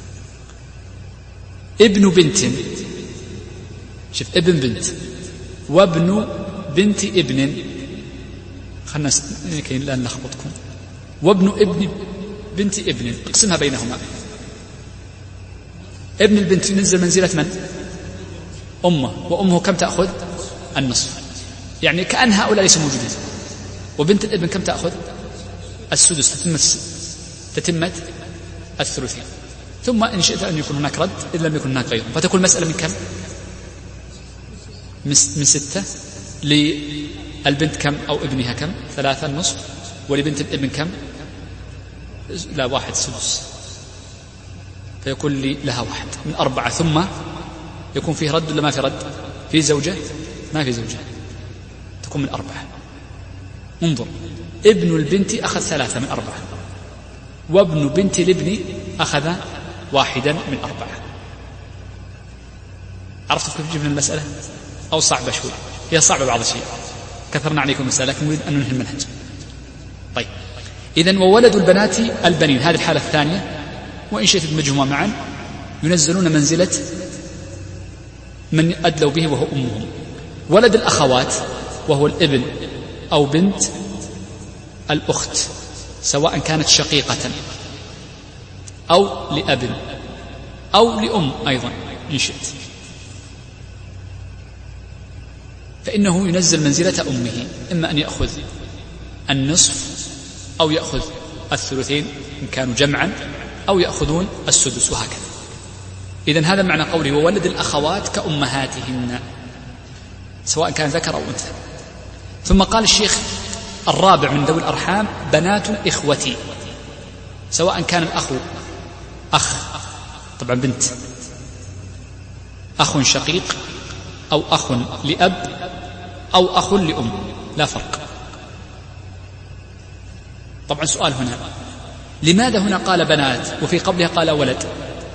ابن بنت، شوف، ابن بنت وابن بنت ابن، خلنا لا نلخبطكم، وابن ابن بنت ابن، اقسمها بينهما. ابن البنت ينزل منزلة من؟ أمه، وأمه كم تأخذ؟ النصف، يعني كأن هؤلاء ليسوا موجودين. وبنت الابن كم تأخذ؟ السدس، تتمة الثلثين. ثم إن شئت أن يكون هناك رد، إن لم يكن هناك غيره، فتكون المسألة من كم؟ من 6. للبنت كم أو ابنها كم؟ 3 النصف. ولبنت الابن كم؟ لا 1 سدس، فيكون لها 1 من 4. ثم يكون فيه رد ولا ما في رد؟ في زوجة؟ ما في زوجة، تكون من 4. انظر، ابن البنت أخذ 3 من 4، وابن بنت الابن أخذ 1 من 4. عرفتوا كيف جبنا المسألة؟ أو صعبة شوي؟ هي صعبة بعض الشيء، كثرنا عليكم المسألة، لكن نريد أن ننهي المنهج. طيب، إذن وولد البنات البنين، هذه الحالة الثانية، وإن شئت تدمجهما معا، ينزلون منزلة من أدلوا به وهو أمهم. ولد الأخوات وهو الابن أو بنت الأخت، سواء كانت شقيقة أو لأب أو لأم أيضا إن شئت، فإنه ينزل منزلة أمه، إما أن يأخذ النصف أو يأخذ الثلثين إن كانوا جمعا، أو يأخذون السدس، وهكذا. إذن هذا معنى قوله وولد الأخوات كأمهاتهن، سواء كان ذكر أو أنثى. ثم قال الشيخ الرابع من ذوي الأرحام بنات الإخوة، سواء كان الأخ أخ، طبعا بنت، أخ شقيق أو أخ لأب أو أخ لأم، لا فرق. طبعا سؤال هنا، لماذا هنا قال بنات وفي قبلها قال ولد؟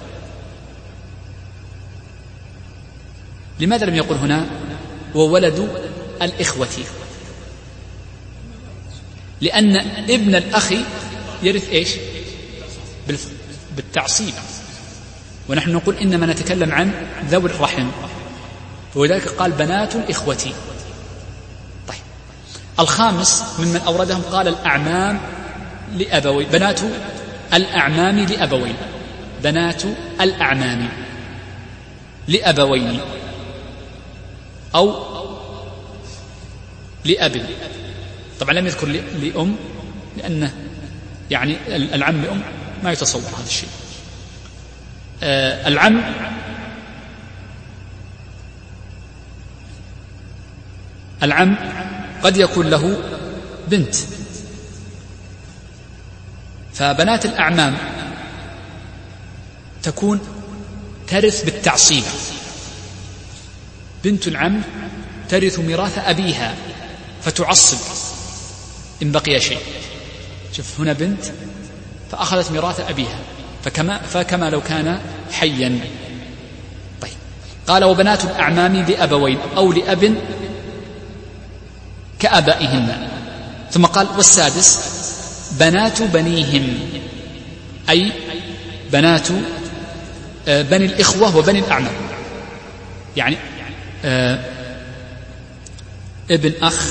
لماذا لم يقل هنا وولد الإخوة؟ لأن ابن الأخ يرث إيش؟ بالتعصيب، ونحن نقول إنما نتكلم عن ذوي الرحم، ولذلك قال بنات الإخوة. طيب، الخامس ممن أوردهم قال الأعمام لأبوين، بنات الأعمام لأبوين، بنات الأعمام لأبوين أو لأب. طبعا لم يذكر لأم، لأنه يعني العم لأم ما يتصور هذا الشيء. العم قد يكون له بنت، فبنات الأعمام تكون ترث بالتعصيب. بنت العم ترث ميراث أبيها فتعصب إن بقي شيء. شوف هنا بنت فأخذت ميراث أبيها فكما لو كان حيا. طيب، قال وبنات الأعمام لأبوين أو لأب كآبائهن. ثم قال والسادس بنات بنيهم أي بنات بني الإخوة وبني الأعمام، يعني ابن أخ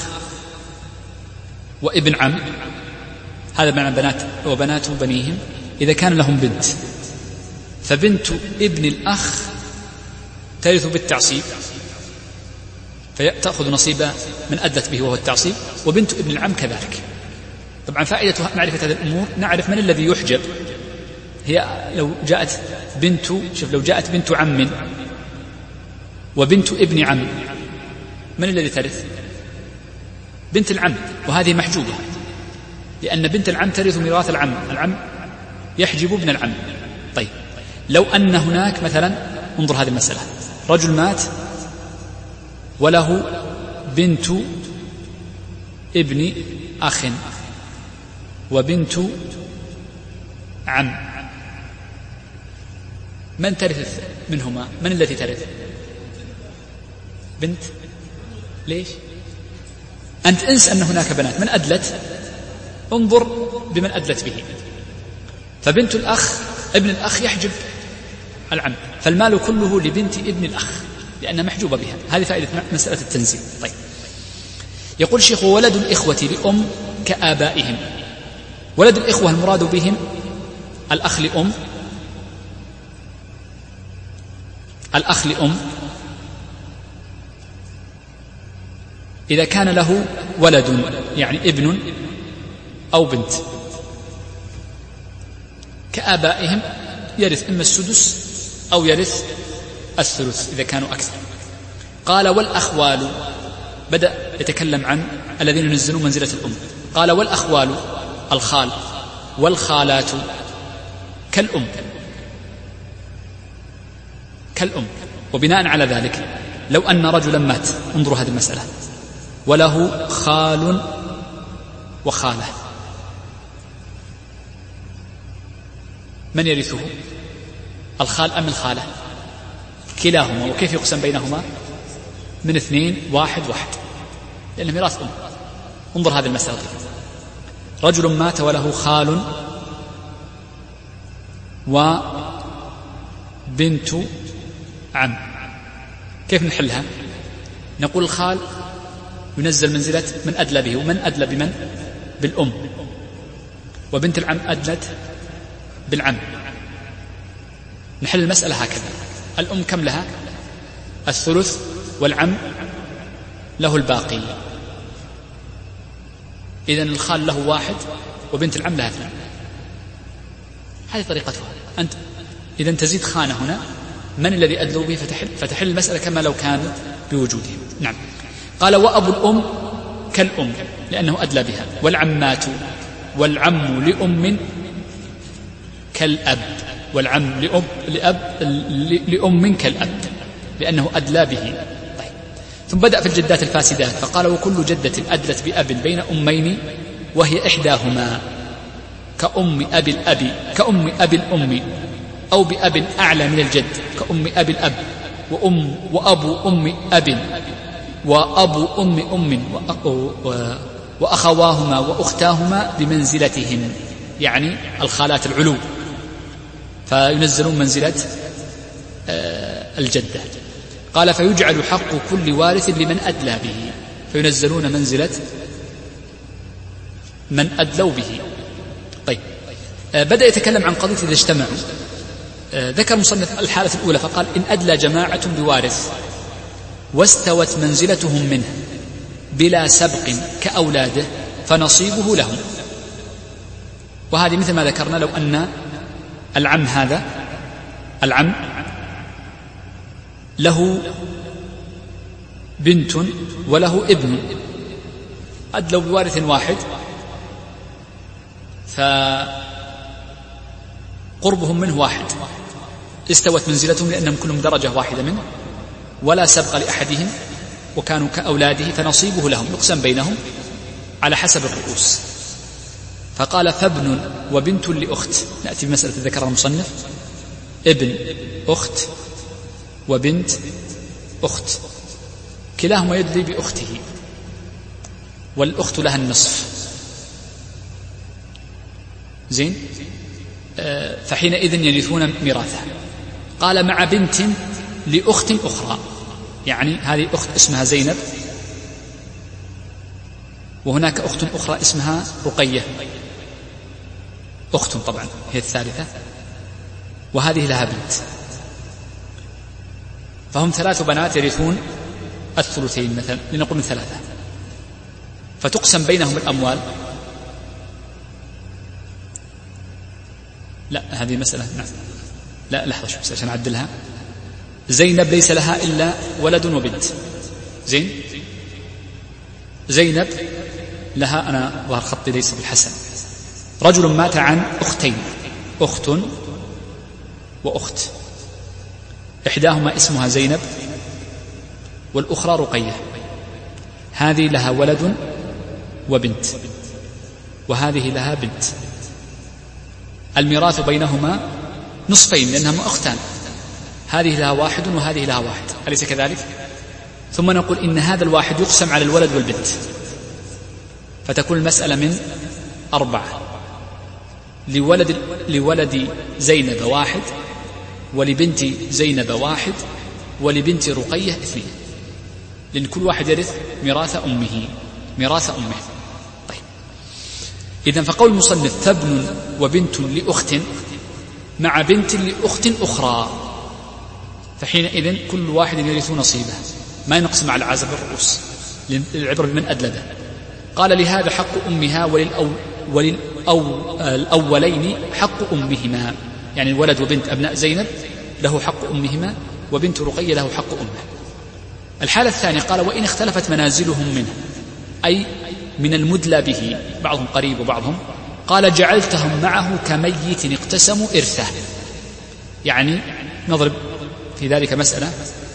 وابن عم، هذا معنى بنات وبنات بنيهم. إذا كان لهم بنت فبنت ابن الأخ ترث بالتعصيب فتأخذ نصيبا من أدلت به وهو التعصيب، وبنت ابن العم كذلك. طبعا فائدة معرفة هذه الأمور نعرف من الذي يحجب. هي لو جاءت بنت عم وبنت ابن عم، من الذي ترث؟ بنت العم، وهذه محجوبة لأن بنت العم ترث ميراث العم، العم يحجب ابن العم. طيب لو أن هناك مثلا، انظر هذه المسألة، رجل مات وله بنت ابن أخ وبنت عم، من ترث منهما؟ من التي ترث؟ بنت. ليش؟ أنت انس أن هناك بنات، من أدلت؟ انظر بمن أدلت به. فبنت الأخ ابن الأخ يحجب العم، فالمال كله لبنت ابن الأخ لأنها محجوبة بها. هذه فائدة مسألة التنزيل. طيب يقول الشيخ: ولد الإخوة لأم كآبائهم. ولد الإخوة المراد بهم الأخ لأم، الأخ لأم إذا كان له ولد، يعني ابن أو بنت. كآبائهم يرث إما السدس أو يرث الثلث إذا كانوا أكثر. قال: والأخوال، بدأ يتكلم عن الذين ينزلون منزلة الأم. قال: والأخوال الخال والخالات كالأم، وبناء على ذلك لو أن رجلا مات، انظروا هذه المسألة، وله خال وخالة، من يرثه؟ الخال أم الخالة؟ كلاهما. وكيف يقسم بينهما؟ من 2 1 1، لأنه ميراث أم. انظر هذه المسألة، رجل مات وله خال وبنت عم، كيف نحلها؟ نقول الخال ينزل منزلة من أدلى به، ومن أدلى بمن؟ بالأم، وبنت العم أدلت بالعم. نحل المسألة هكذا: الأم كم لها؟ الثلث، والعم له الباقي. إذن الخال له 1 وبنت العم لها 2. هذه طريقتها. أنت إذا تزيد خانة هنا، من الذي أدلوا به فتحل المسألة كما لو كانت بوجودهم. نعم. قال: وأبو الأم كالأم لأنه أدلى بها، والعمات والعم لأم كالأب، والعم لأم كالأب لأنه أدلى به. طيب. ثم بدأ في الجدات الفاسدات فقال: وكل جدة أدلت بأب بين أمين وهي إحداهما كأم أبي الأم أو بأب أعلى من الجد كأم أبي الأب، وأبو أم أب وأبو أم وأخواهما وأختاهما بمنزلتهم، يعني الخالات العلو، فينزلون منزلة الجدة. قال: فيجعل حق كل وارث لمن أدلى به، فينزلون منزلة من أدلوا به. طيب. بدأ يتكلم عن قضية إذا اجتمعوا. ذكر مصنف الحالة الأولى فقال: إن أدلى جماعة بوارث واستوت منزلتهم منه بلا سبق كأولاده فنصيبه لهم. وهذه مثل ما ذكرنا، لو أن العم له بنت وله ابن، أدلوا بوارث واحد، فقربهم منه 1، استوت منزلتهم لأنهم كلهم درجة واحدة منه، ولا سبق لأحدهم وكانوا كأولاده، فنصيبه لهم يقسم بينهم على حسب الرؤوس. فقال: فابن وبنت لأخت. نأتي بمسألة ذكرها المصنف: ابن أخت وبنت أخت، كلاهما يدلي بأخته، والأخت لها النصف. زين. فحينئذ يرثون ميراثها. قال مع بنت لأخت أخرى، يعني هذه أخت اسمها زينب، وهناك أخت أخرى اسمها رقية، أخت طبعا هي الثالثة، وهذه لها بنت، فهم 3 بنات يرثون الثلثين مثلا، لنقول من 3، فتقسم بينهم الأموال. لا هذه مسألة، نعم لا لحظة شوف عشان أعدلها. زينب ليس لها إلا ولد وبنت، زين. زينب لها، أنا ظهر خطي ليس بالحسن، رجل مات عن أختين، أخت وأخت، إحداهما اسمها زينب والأخرى رقية، هذه لها ولد وبنت وهذه لها بنت. الميراث بينهما نصفين لأنهما أختان، هذه لها 1 وهذه لها 1، أليس كذلك؟ ثم نقول إن هذا الواحد يقسم على الولد والبنت، فتكون المسألة من 4، لولد زينب 1، ولبنت زينب 1، ولبنت رقية 2، لأن كل واحد يرث ميراث أمه. طيب، إذن فقول المصنف فابن وبنت لأخت مع بنت لأخت أخرى، فحينئذ كل واحد يرث نصيبه، ما ينقسم على عزب الرؤوس، للعبرة بمن أدلبه. قال لهذا حق أمها وللأولين حق أمهما، يعني الولد وبنت أبناء زينب له حق أمهما، وبنت رقية له حق أمه. الحالة الثانية قال وإن اختلفت منازلهم منه، أي من المدلى به، بعضهم قريب وبعضهم، قال جعلتهم معه كميت اقتسموا إرثه. يعني نضرب في ذلك مسألة.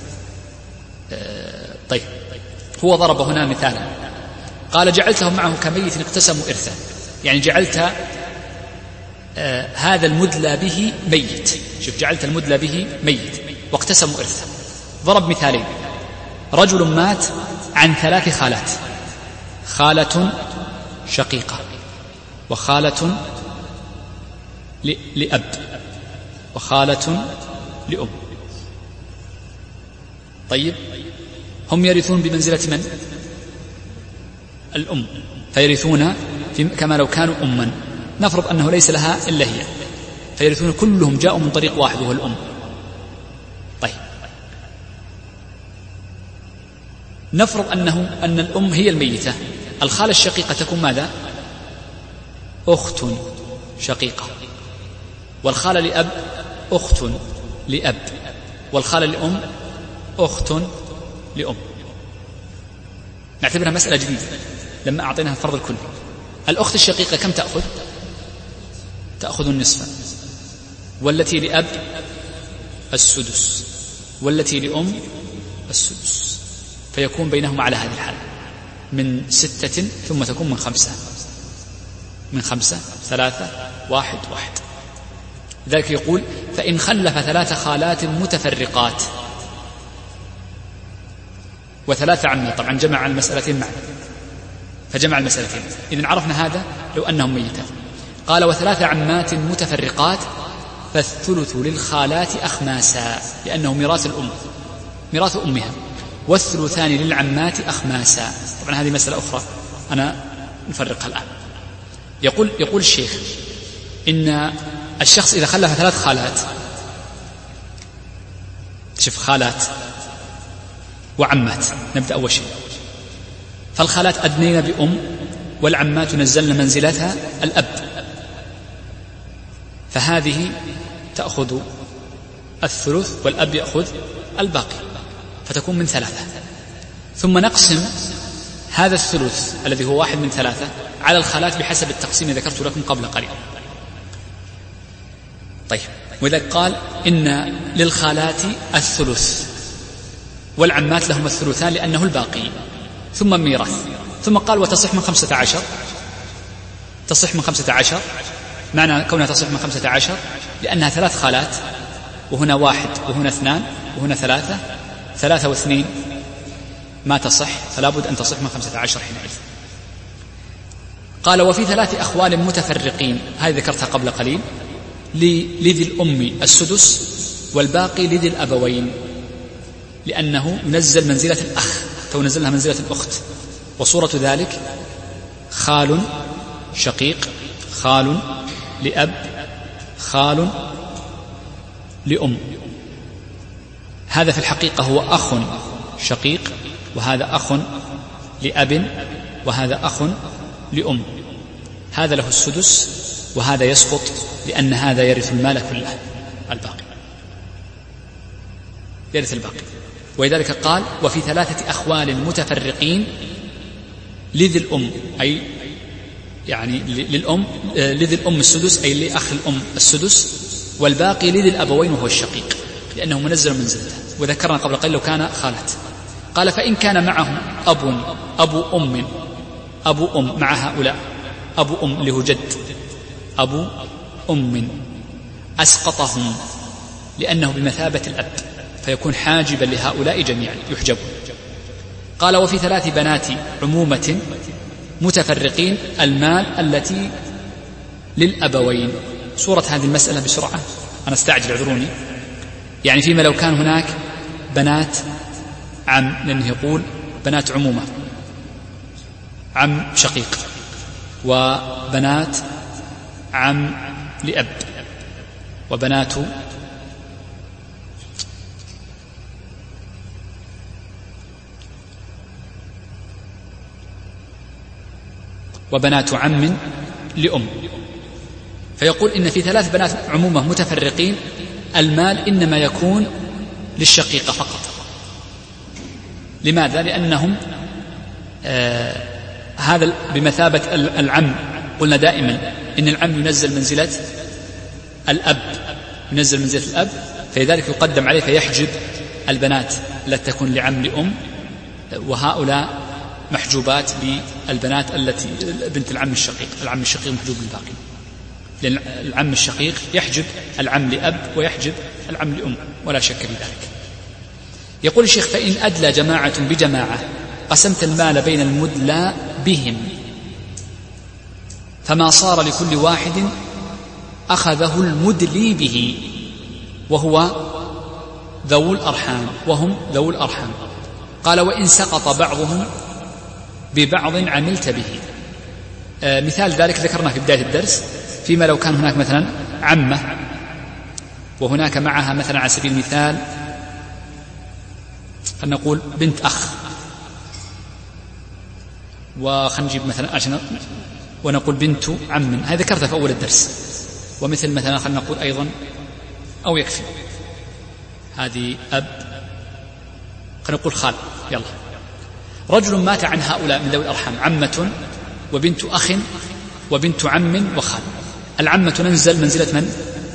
طيب، هو ضرب هنا مثالا، قال جعلتهم معه كميت اقتسموا إرثه، يعني جعلت هذا المدلى به ميت، شوف جعلت المدلى به ميت واقتسموا إرثه. ضرب مثالين، رجل مات عن 3 خالات، خالة شقيقة، وخالة لأب، وخالة لأم. طيب، هم يرثون بمنزلة من؟ الأم، فيرثون كما لو كانوا أما. نفرض أنه ليس لها إلا هي، فيرثون كلهم جاءوا من طريق واحد وهو الأم. طيب، نفرض أن الأم هي الميتة، الخالة الشقيقة تكون ماذا؟ أخت شقيقة، والخالة لأب أخت لأب، والخالة لأم أخت لأم. نعتبرها مسألة جديدة لما أعطيناها الفرض الكلي. الأخت الشقيقة كم تأخذ؟ تأخذ النصف، والتي لأب السدس، والتي لأم السدس، فيكون بينهم على هذه الحالة من 6 ثم تكون من 5، من 5 3 1 1. ذلك يقول فإن خلف 3 خالات متفرقات و3 عمات، طبعا جمع المسألتين معا، فجمع المسألتين. إذن عرفنا هذا لو أنهم ميتان. قال و3 عمات متفرقات فالثلث للخالات أخماسا، لأنه ميراث الأم، ميراث أمها، والثلثان للعمات أخماسا. طبعا هذه مسألة أخرى أنا نفرقها الآن. يقول الشيخ إن الشخص إذا خلف 3 خالات، شوف خالات وعمات، نبدأ أول شيء. فالخالات أدنين بأم، والعمات نزلن منزلتها الأب، فهذه تأخذ الثلث والأب يأخذ الباقي، فتكون من 3. ثم نقسم هذا الثلث الذي هو 1 من 3 على الخالات بحسب التقسيم ذكرت لكم قبل قليل. طيب، وإذا قال إن للخالات الثلث والعمات لهم الثلثان لأنه الباقي، ثم ميراث، ثم قال وتصح من 15. تصح من 15، معنى كونها تصح من 15 لأنها 3 خالات، وهنا 1 وهنا 2 وهنا 3، 3 و2 ما تصح، فلا بد أن تصح من 15 حينئذ. قال وفي 3 أخوال متفرقين، هذه ذكرتها قبل قليل، لذي الأم السدس والباقي لذي الأبوين، لأنه ينزل منزلة الأخ، فينزلها منزلة الأخت. وصورة ذلك خال شقيق، خال لأب، خال لأم. هذا في الحقيقة هو أخ شقيق، وهذا أخ لأب، وهذا أخ لأم. هذا له السدس وهذا يسقط، لأن هذا يرث المال كله، الباقي يرث الباقي. ولذلك قال وفي 3 أخوال متفرقين لذي الأم، أي يعني للأم، لذي الأم السدس، أي لأخ الأم السدس، والباقي لذي الأبوين وهو الشقيق، لأنه منزل منزلته. وذكرنا قبل قليل لو كان خالته. قال فإن كان معهم أبو أم مع هؤلاء، أبو أم له جد، أبو أم، أسقطهم لأنه بمثابة الأب، فيكون حاجبا لهؤلاء جميعا، يحجبون. قال وفي 3 بنات عمومة متفرقين المال التي للأبوين. صورة هذه المسألة بسرعة، أنا استعجل اعذروني. يعني فيما لو كان هناك بنات عم، لأنه يقول بنات عمومة، عم شقيق، وبنات عم لأب، وبنات عم لأم. فيقول إن في 3 بنات عمومة متفرقين المال إنما يكون للشقيقة فقط. لماذا؟ لأنهم هذا بمثابة العم. قلنا دائما إن العم ينزل منزلة الأب، فلذلك يقدم عليه فيحجب البنات التي تكون لعم لأم، وهؤلاء محجوبات بالبنات التي بنت العم الشقيق محجوب بالباقي، لأن العم الشقيق يحجب العم لأب ويحجب العم لأم، ولا شك في ذلك. يقول الشيخ فإن أدلى جماعة بجماعة قسمت المال بين المدلى بهم، فما صار لكل واحد أخذه المدلي به، وهم ذو الأرحام. قال وإن سقط بعضهم ببعض عملت به. مثال ذلك ذكرنا في بداية الدرس، فيما لو كان هناك مثلا عمة وهناك معها مثلا على سبيل المثال خلينا نقول بنت أخ، وخلينا نجيب مثلا عشان ونقول بنت عم، هذا ذكرتها في أول الدرس. ومثل مثلا خلينا نقول أيضا أو يكفي هذه أب، خلينا نقول خال. يلا، رجل مات عن هؤلاء من ذوي الأرحام، عمة وبنت أخ وبنت عم وخال. العمة تنزل منزلة من؟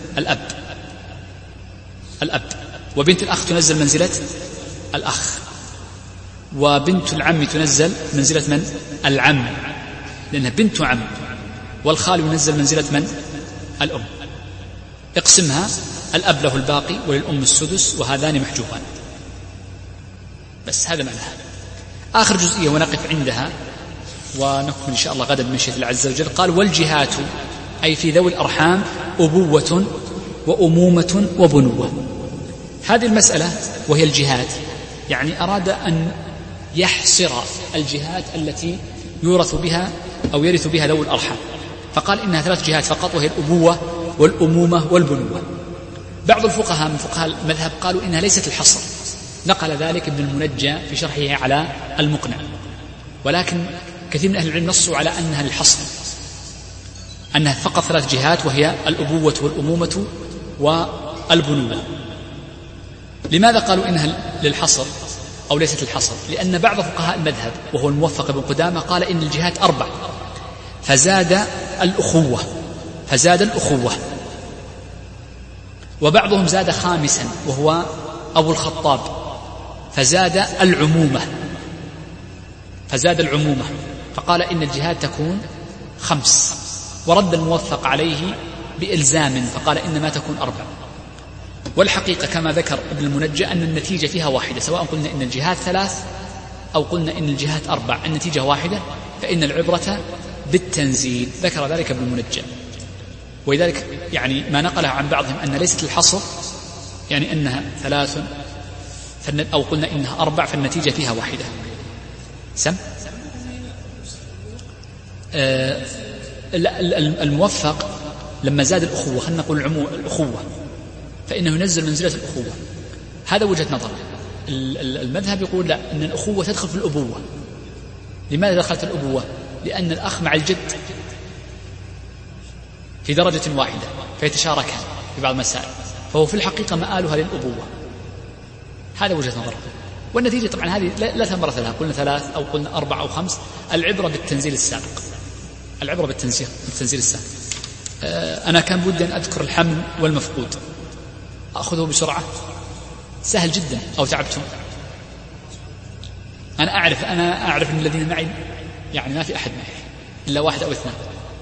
الأب، وبنت الأخ تنزل منزلة الأخ، وبنت العم تنزل منزلة من؟ العم، لأنها بنت عم. والخال ينزل منزلة من؟ الأم. اقسمها، الأب له الباقي وللأم السدس، وهذان محجوبان. بس هذا معناها. آخر جزئية ونقف عندها ونكمل إن شاء الله غدا بمشيئة الله عز وجل. قال والجهات، أي في ذوي الأرحام أبوة وأمومة وبنوة. هذه المسألة وهي الجهات، يعني أراد أن يحصر الجهات التي يورث بها أو يرث بها ذوي الأرحام، فقال إنها 3 جهات فقط، وهي الأبوة والأمومة والبنوة. بعض الفقهاء من فقهاء المذهب قالوا إنها ليست الحصر، نقل ذلك ابن المنجى في شرحه على المقنع، ولكن كثير من أهل العلم نصوا على أنها للحصر، أنها فقط 3 جهات، وهي الأبوة والأمومة والبنوة. لماذا قالوا إنها للحصر أو ليست للحصر؟ لأن بعض فقهاء المذهب وهو الموفق ابن قدامة قال إن الجهات 4، فزاد الأخوة، وبعضهم زاد 5 وهو أبو الخطاب، فزاد العمومة، فقال إن الجهات تكون 5، ورد الموفق عليه بإلزام فقال إنما تكون 4. والحقيقة كما ذكر ابن المنجى أن النتيجة فيها واحدة، سواء قلنا إن الجهات 3 أو قلنا إن الجهات 4، النتيجة واحدة، فإن العبرة بالتنزيل، ذكر ذلك ابن المنجم. ولذلك يعني ما نقله عن بعضهم أن ليست الحصر يعني أنها 3 أو قلنا إنها 4 فالنتيجة فيها واحدة. سم الموفق لما زاد الأخوة، خلينا نقول الأخوة، فإنه ينزل منزلة الأخوة. هذا وجهة نظر. المذهب يقول لا، أن الأخوة تدخل في الأبوة. لماذا دخلت الأبوة؟ لأن الأخ مع الجد في درجة واحدة فيتشاركان في بعض المسائل، فهو في الحقيقة مآلها للأبوة. هذا وجهة نظر. والنتيجة طبعا هذه لا ثمرة لها، قلنا 3 أو قلنا 4 أو 5، العبرة بالتنزيل السابق، العبرة بالتنزيل السابق. أنا كان بودي أن أذكر الحمل والمفقود، أخذه بسرعة، سهل جدا. أو تعبتم؟ أنا أعرف أن الذين معي يعني ما في أحد معي إلا 1 أو 2.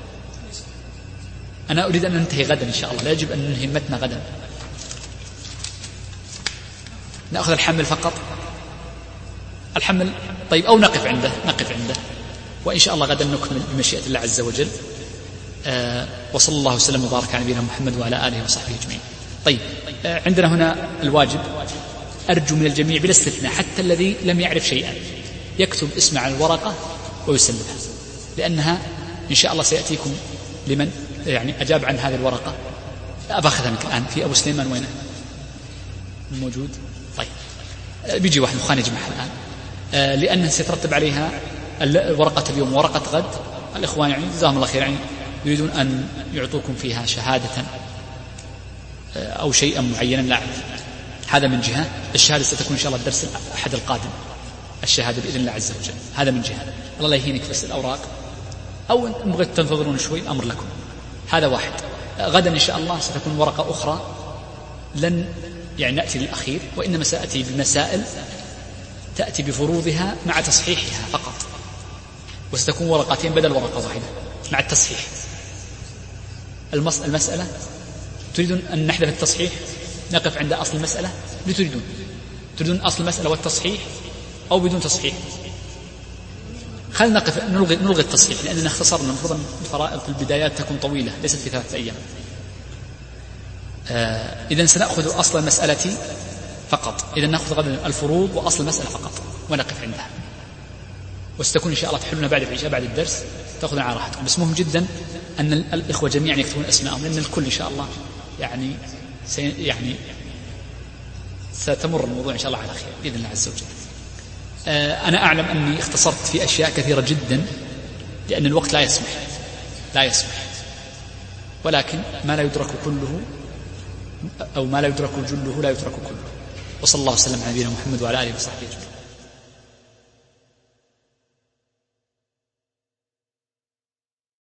أنا أريد أن ننتهي غدا إن شاء الله، لا يجب أن ننهي متنا غدا. نأخذ الحمل فقط، الحمل طيب، أو نقف عنده وإن شاء الله غدا نكمل بمشيئة الله عز وجل. وصلى الله وسلم وبارك على نبينا محمد وعلى آله وصحبه أجمعين. طيب، عندنا هنا الواجب، أرجو من الجميع بلا استثناء حتى الذي لم يعرف شيئا يكتب اسمه على الورقة ويسلمها، لأنها إن شاء الله سيأتيكم لمن يعني أجاب عن هذه الورقة. أباخذها منك الآن. في أبو سليمان وينه؟ موجود؟ طيب، بيجي واحد مخان يجمعها الآن، لأنه سيترتب عليها ورقة اليوم وورقة غد. الإخوان يعني جزاهم الله خير يعني يريدون أن يعطوكم فيها شهادة أو شيئا معينا لا أعرف. هذا من جهة. الشهادة ستكون إن شاء الله الدرس الأحد القادم، الشهادة بإذن الله عز وجل. هذا من جهة. الله يهينك بس الأوراق، أو إن بغيت تنتظرون شوي الأمر لكم. هذا واحد. غدا إن شاء الله ستكون ورقة أخرى، لن يعني نأتي للأخير، وإنما سأتي بمسائل تأتي بفروضها مع تصحيحها فقط، وستكون ورقتين بدل ورقة واحدة مع التصحيح. المسألة تريدون أن نحذف التصحيح، نقف عند أصل المسألة؟ تريدون أصل المسألة والتصحيح أو بدون تصحيح؟ خلنا نقف نلغي التصحيح، لأننا اختصرنا. المفروض الفرائض في البدايات تكون طويلة، ليست في 3 أيام. إذن سنأخذ أصل المسألة فقط. إذن نأخذ غدا الفروض وأصل المسألة فقط ونقف عندها، وستكون إن شاء الله تحلنا بعد العشاء بعد الدرس، تأخذنا على راحتكم. بس مهم جدا أن الإخوة جميعا يكتبون أسماءهم، لأن الكل إن شاء الله يعني ستمر الموضوع إن شاء الله على خير بإذن الله عز وجل. أنا أعلم أني اختصرت في أشياء كثيرة جدا لأن الوقت لا يسمح، ولكن ما لا يدرك كله أو ما لا يدرك جله لا يترك كله. وصلى الله وسلم على نبينا محمد وعلى آله وصحبه أجمعين.